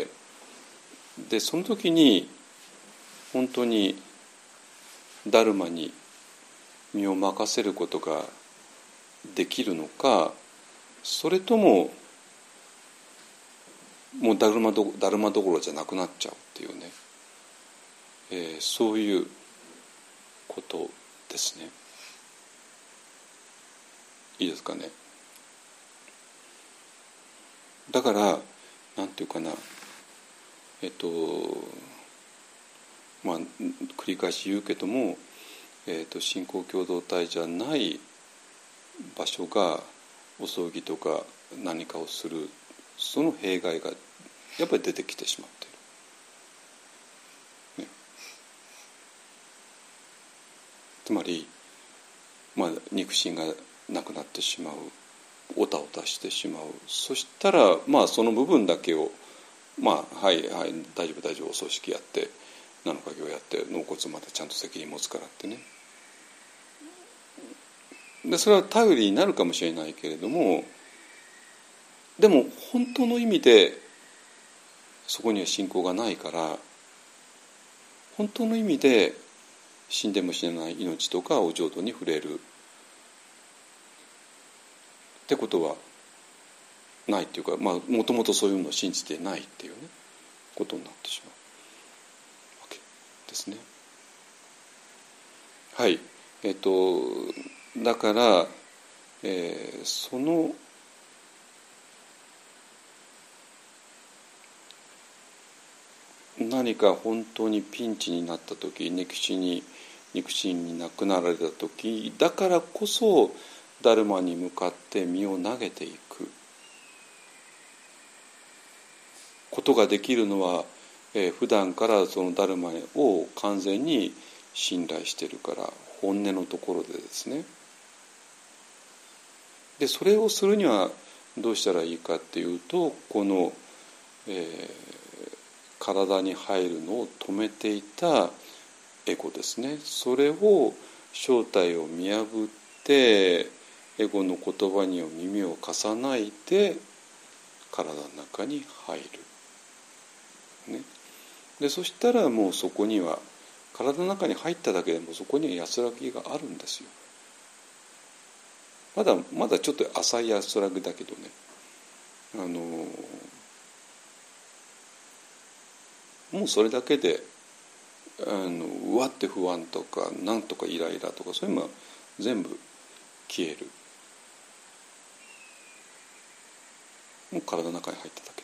でその時に本当にダルマに身を任せることができるのか、それとももうダルマどダルマどころじゃなくなっちゃうっていうね、えー、そういうことですね。いいですかね。だからなんていうかなえっとまあ繰り返し言うけども、えっと信仰共同体じゃない場所がお葬儀とか何かをする、その弊害がやっぱり出てきてしまっている、ね、つまり、まあ、肉親がなくなってしまう、おたおたしてしまう、そしたらまあその部分だけをまあはいはい大丈夫大丈夫お葬式やって七日行やって納骨までちゃんと責任持つからってね、でそれは頼りになるかもしれないけれども、でも本当の意味でそこには信仰がないから、本当の意味で死んでも死ねない命とかお浄土に触れるってことはないっていうか、まあもともとそういうのを信じてないっていうねことになってしまうわけですね。はい、えっとだから、えー、その何か本当にピンチになった時、肉親に肉親に亡くなられた時だからこそダルマに向かって身を投げていくことができるのは、えー、普段からそのダルマを完全に信頼しているから、本音のところでですね。でそれをするにはどうしたらいいかっていうと、この、えー、体に入るのを止めていたエゴですね、それを正体を見破ってエゴの言葉には耳を貸さないで体の中に入る、ね、でそしたらもうそこには体の中に入っただけでもそこには安らぎがあるんですよ。まだまだちょっと浅い安らぎだけどね、あのもうそれだけであのうわって不安とかなんとかイライラとかそういうのは全部消える。もう体の中に入っただけ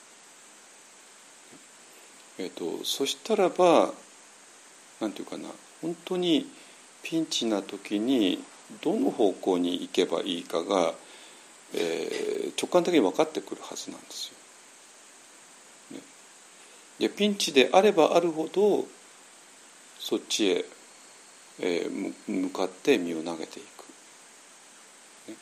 で、えーと、そしたらばなんていうかな、本当にピンチな時にどの方向に行けばいいかが、えー、直感的に分かってくるはずなんですよ、ね、でピンチであればあるほどそっちへ、えー、向かって身を投げていく、ね、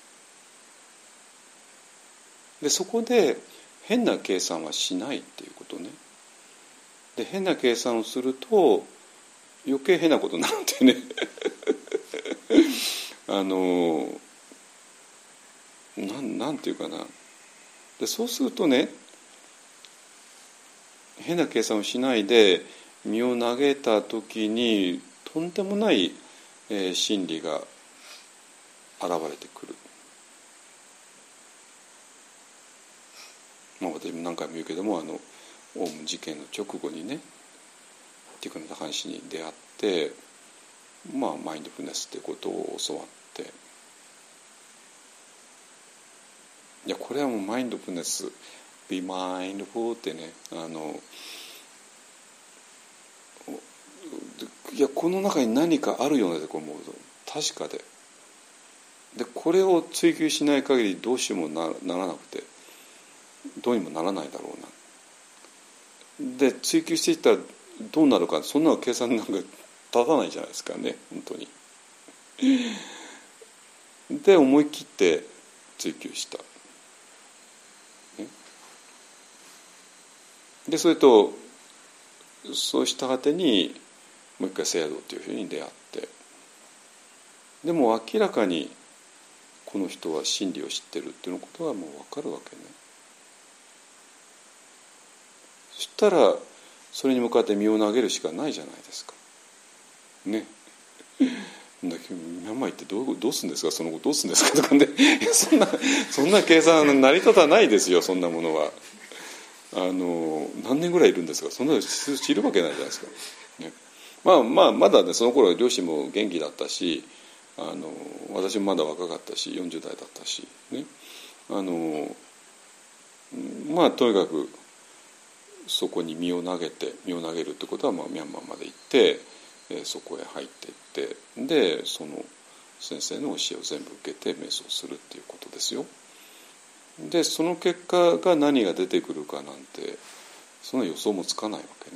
でそこで変な計算はしないっていうことね。で変な計算をすると余計変なことになるんでねあのな ん, なんていうかな、でそうするとね、変な計算をしないで身を投げた時にとんでもない、えー、真理が現れてくる。まあ私も何回も言うけども、あのオウム事件の直後にねティクナタカン氏に出会って、まあマインドフルネスってことを教わって、いやこれはもうマインドフルネス Be mindful ってね、あのやこの中に何かあるようなところも確かで、でこれを追求しない限りどうしようも な, ならなくてどうにもならないだろうな。で追求していったらどうなるか、そんなの計算なんか立たないじゃないですかね本当に。で思い切って追求した。でそれとそうした果てにもう一回聖道というふうに出会って、でも明らかにこの人は真理を知ってるっていうことはもう分かるわけね。そしたらそれに向かって身を投げるしかないじゃないですかね。だけどミャンマー行ってどうどうするんですか、その後どうするんですかとかねそんなそんな計算成り立たないですよ、そんなものは。あの何年ぐらいいるんですか、そんなの知るわけないじゃないですか、ね。まあまあまだねその頃は両親も元気だったし、あの私もまだ若かったしよんじゅう代だったしね。あのまあとにかくそこに身を投げて身を投げるってことは、まあ、ミャンマーまで行って、えー、そこへ入っていって、でその先生の教えを全部受けて瞑想するっていうことですよ。でその結果が何が出てくるかなんてその予想もつかないわけ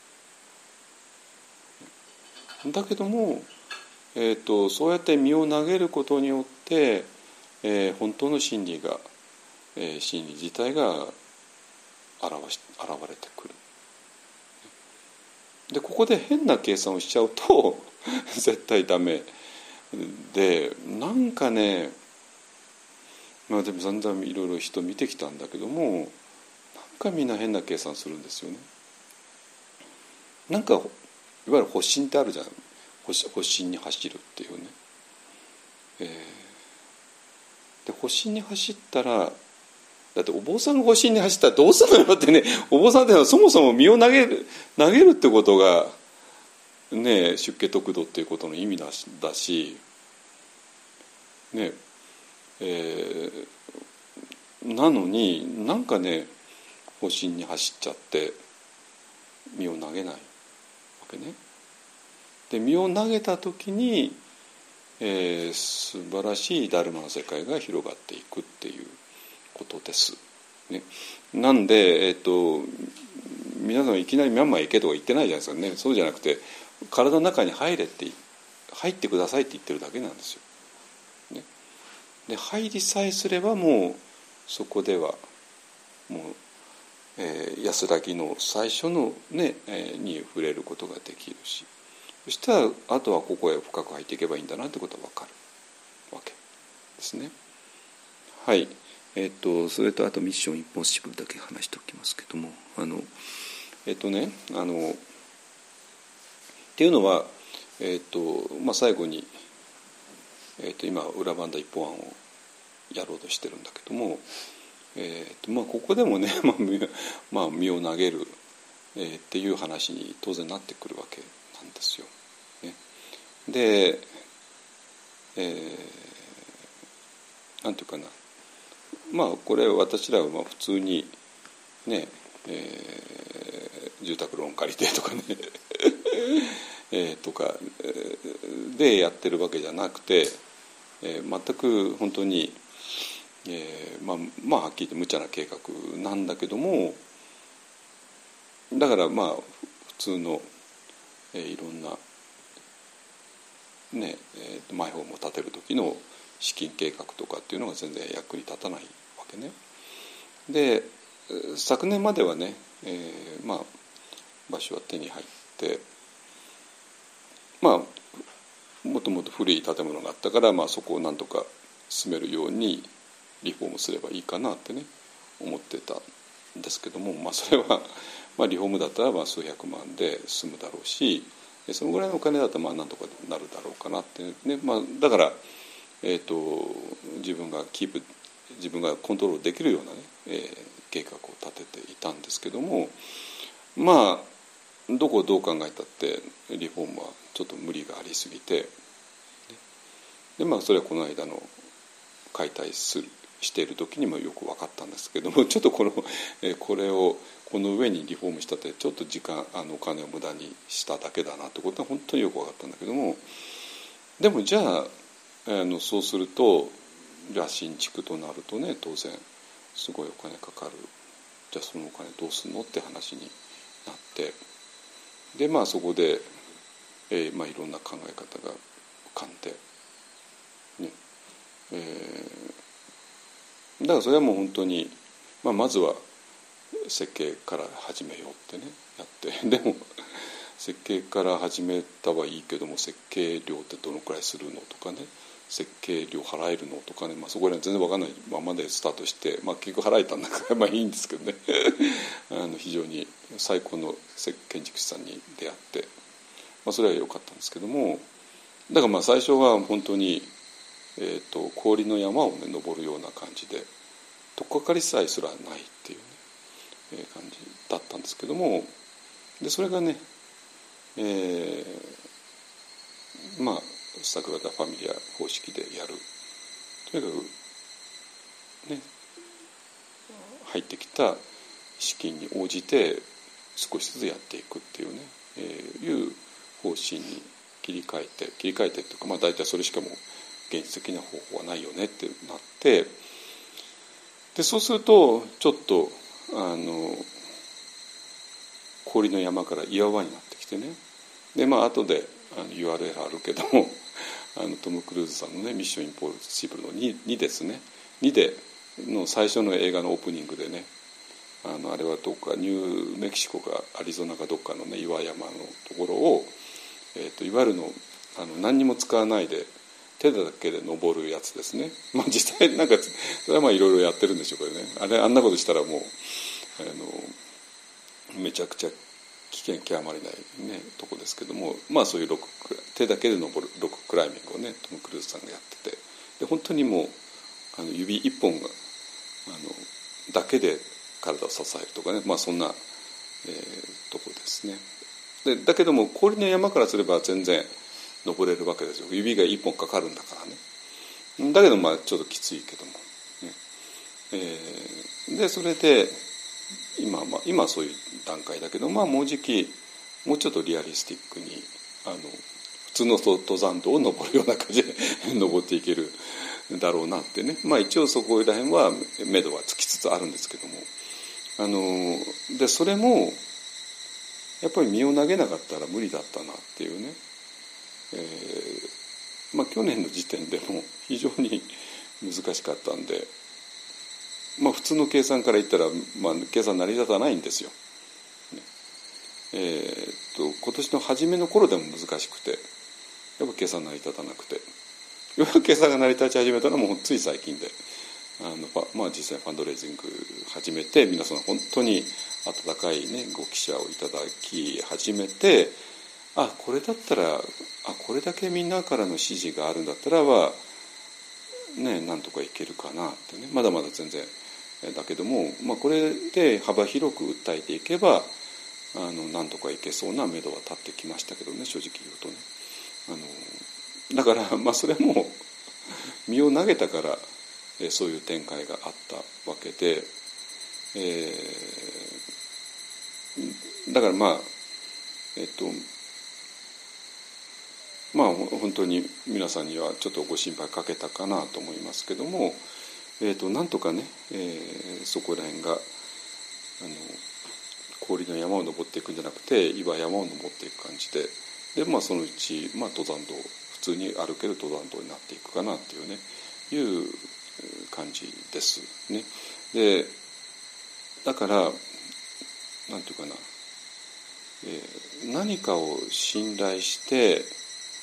ね。だけども、えーと、そうやって身を投げることによって、えー、本当の真理が、えー、真理自体が現し、現れてくる。でここで変な計算をしちゃうと絶対ダメで、なんかね、まあでもだんだんいろいろ人見てきたんだけども、なんかみんな変な計算するんですよね。なんかいわゆる発心ってあるじゃん、発心に走るっていうね、えー、で発心に走ったら、だってお坊さんが発心に走ったらどうするのよってね。お坊さんっていうのはそもそも身を投げる投げるってことがね出家得度っていうことの意味だし、だしねえー、なのになんかね方針に走っちゃって身を投げないわけね。で身を投げた時に、えー、素晴らしいダルマの世界が広がっていくっていうことです、ね。なんで、えーと、皆さんいきなりミャンマー行けとか言ってないじゃないですかね。そうじゃなくて体の中に入れって入ってくださいって言ってるだけなんですよ。で入りさえすればもうそこではもう、えー、安らぎの最初のね、えー、に触れることができるし、そしたらあとはここへ深く入っていけばいいんだなってことは分かるわけですね。はい、えー、っとそれとあとミッションインポッシブルだけ話しておきますけども、あのえー、っとねあのっていうのは、えーっとまあ、最後にえー、と今裏バンダ一本案をやろうとしてるんだけども、えーとまあ、ここでもね、まあまあ、身を投げる、えー、っていう話に当然なってくるわけなんですよ。ね、で、えー、なんていうかな、まあこれ私らはまあ普通にね、えー、住宅ローン借りてとかねえー、とかでやってるわけじゃなくて、えー、全く本当に、えー、まあまあはっきり言って無茶な計画なんだけども、だからまあ普通の、えー、いろんなね、えー、マイホームを建てる時の資金計画とかっていうのが全然役に立たないわけね。で昨年まではね、えー、まあ場所は手に入って、まあもともと古い建物があったから、まあ、そこをなんとか進めるようにリフォームすればいいかなってね思ってたんですけども、まあ、それは、まあ、リフォームだったらまあ数百万で済むだろうし、そのぐらいのお金だったらまあなんとかなるだろうかなってね、まあ、だから、えーと、自分がキープ自分がコントロールできるようなね、えー、計画を立てていたんですけども、まあどこをどう考えたってリフォームはちょっと無理がありすぎて、で、まあ、それはこの間の解体するしている時にもよく分かったんですけども、ちょっとこの、えー、これをこの上にリフォームしたってちょっと時間あのお金を無駄にしただけだなってことは本当によく分かったんだけども、でもじゃあ、あのそうするとじゃあ新築となるとね、当然すごいお金かかる。じゃあそのお金どうするのって話になって、でまあそこで、えーまあ、いろんな考え方が浮かんで、ねえー、だからそれはもう本当に、まあ、まずは設計から始めようってねやって、でも設計から始めたはいいけども、設計料ってどのくらいするのとかね、設計料払えるのとかね、まあ、そこら辺全然分かんないままでスタートして、まあ、結局払えたんだからまあいいんですけどねあの非常に最高の建築士さんに出会って、まあ、それは良かったんですけども、だからまあ最初は本当に、えー、と氷の山をね登るような感じで、取っかかりさえすらないっていうね、えー、感じだったんですけども、でそれがね、えー、まあサグラダ・ファミリア方式でやる、とにかくね入ってきた資金に応じて少しずつやっていくっていうね、えー、いう方針に切り替えて切り替えてっていうか、まあ大体それしかも現実的な方法はないよねってなって、でそうするとちょっとあの氷の山から岩場になってきてね、でまあ後であの ユーアールエル あるけども、あのトム・クルーズさんのね「ミッション・インポッシブル」の 2, 2ですね、にでの最初の映画のオープニングでね、あのあれはどっかニューメキシコかアリゾナかどっかのね岩山のところを、えー、といわゆるのあの何にも使わないで手だけで登るやつですね。まあ実際なんかそれはまあいろいろやってるんでしょうけどね、あれあんなことしたらもうあのめちゃくちゃ危険極まりないねとこですけども、まあそういうロック手だけで登るロッククライミングをねトム・クルーズさんがやってて、で本当にもうあの指一本があのだけで体を支えるとかね、まあそんな、えー、とこですね。でだけども氷の山からすれば全然登れるわけですよ。指が一本かかるんだからね。だけどまあちょっときついけども、ねえー、でそれで今、まあ、今はそういう段階だけど、まあ、もうじきもうちょっとリアリスティックにあの普通の登山道を登るような感じで登っていけるだろうなってね、まあ、一応そこら辺は目処はつきつつあるんですけども、あのでそれもやっぱり身を投げなかったら無理だったなっていうね、えーまあ、去年の時点でも非常に難しかったんで、まあ、普通の計算から言ったら、まあ、計算成り立たないんですよ。ねえー、と今年の初めの頃でも難しくて、やっぱ計算成り立たなくて、ようやく計算が成り立ち始めたのはもうつい最近で、あの、まあ、実際ファンドレイジング始めて皆さん本当に温かい、ね、ご記者をいただき始めて、あこれだったらあこれだけみんなからの支持があるんだったらは、ね、なんとかいけるかなってね、まだまだ全然だけども、まあ、これで幅広く訴えていけばあのなんとかいけそうな目処は立ってきましたけどね、正直言うとね。あのだから、まあ、それも身を投げたから、えそういう展開があったわけで、えー、だからまあえっとまあ本当に皆さんにはちょっとご心配かけたかなと思いますけども、えー、となんとかね、えー、そこら辺があの氷の山を登っていくんじゃなくて岩山を登っていく感じで、で、まあ、そのうち、まあ、登山道普通に歩ける登山道になっていくかなっていうねいう感じですね。でだからなんていうかな、えー、何かを信頼して、え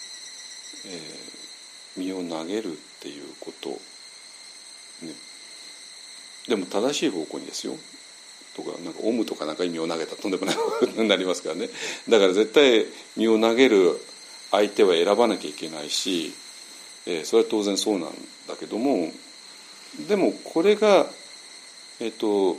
ー、身を投げるっていうことね、でも正しい方向にですよとか、なんかオムとかなんかに身を投げたらとんでもないことになりますからね。だから絶対身を投げる相手は選ばなきゃいけないし、えー、それは当然そうなんだけども、でもこれがえっと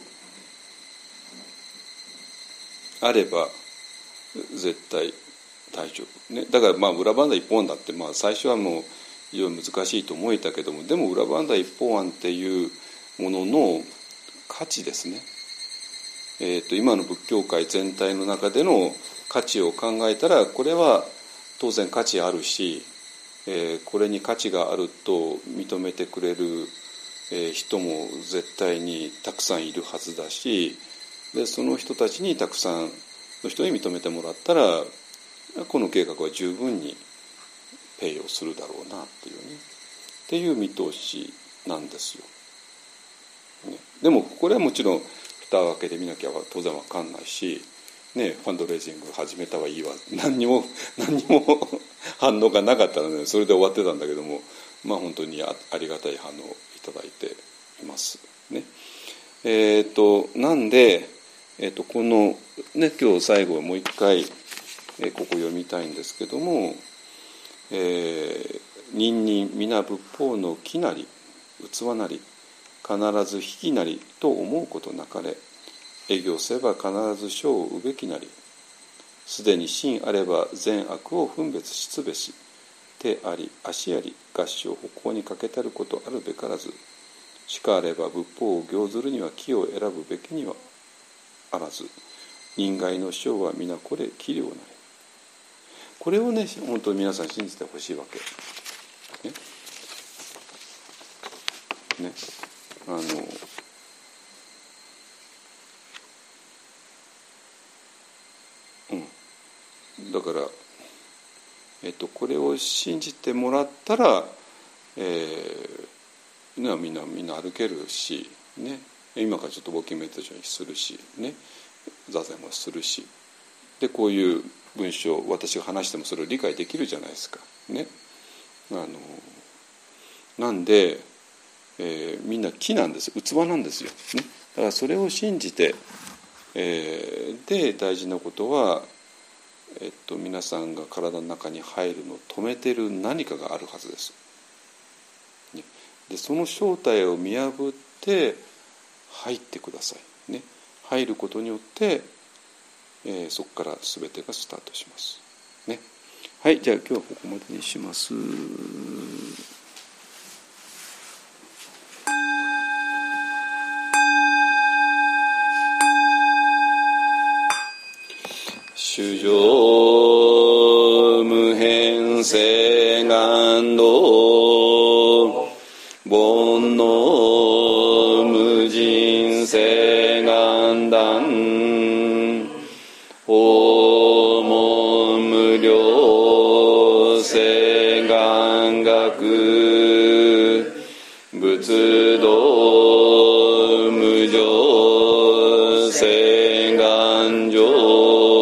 あれば絶対大丈夫ね。だからまあ裏番台一本だって、まあ最初はもう非常に難しいと思えたけども、でも裏磐梯一方案っていうものの価値ですね、えー、と今の仏教界全体の中での価値を考えたら、これは当然価値あるし、えー、これに価値があると認めてくれる、えー、人も絶対にたくさんいるはずだし、でその人たちにたくさんの人に認めてもらったら、この計画は十分にペイをするだろうなっていうね、っていう見通しなんですよ、ね、でもこれはもちろん蓋を開けてみなきゃ当然わかんないし、ね、ファンドレイジング始めたはいいわ、何にも何にも反応がなかったので、ね、それで終わってたんだけども、まあ本当に あ, ありがたい反応をいただいていますね。えー、となんで、えー、とこの、ね、今日最後はもう一回、えー、ここ読みたいんですけども、えー、人人皆仏法の木なり器なり必ず引きなりと思うことなかれ、営業せば必ず賞をうべきなり、すでに真あれば善悪を分別しつべし、手あり足あり合掌歩行にかけたることあるべからず、しかあれば仏法を行ずるには木を選ぶべきにはあらず、人外の賞は皆これ器量なり。これをね、本当に皆さん信じてほしいわけね。ね、あのうんだから、えっと、これを信じてもらったら、えー、みんなみんな歩けるし、ね、今からちょっとウォーキングメディテーションするし、ね、座禅もするし、でこういう文章私が話してもそれを理解できるじゃないですか、ね、あのなんで、えー、みんな木なんです、器なんですよ、ね、だからそれを信じて、えー、で大事なことは、えっと、皆さんが体の中に入るのを止めている何かがあるはずです。でその正体を見破って入ってください、ね、入ることによって、えー、そこから全てがスタートします、ね、はい、じゃあ今日はここまでにします。主上無変性願道煩悩無人性願断訪問無量性願学仏道無常性願上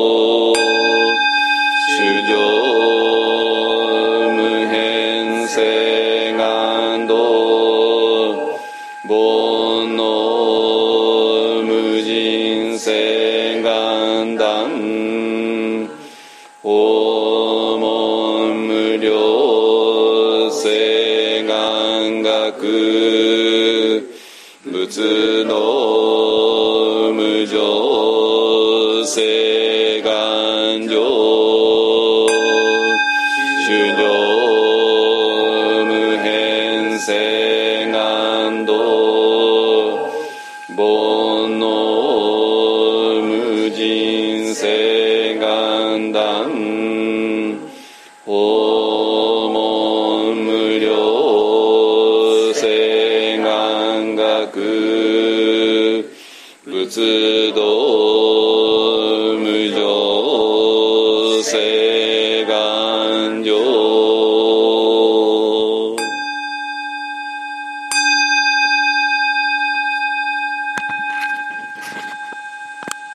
仏道無常性願上主上無変性願道煩悩無人性願断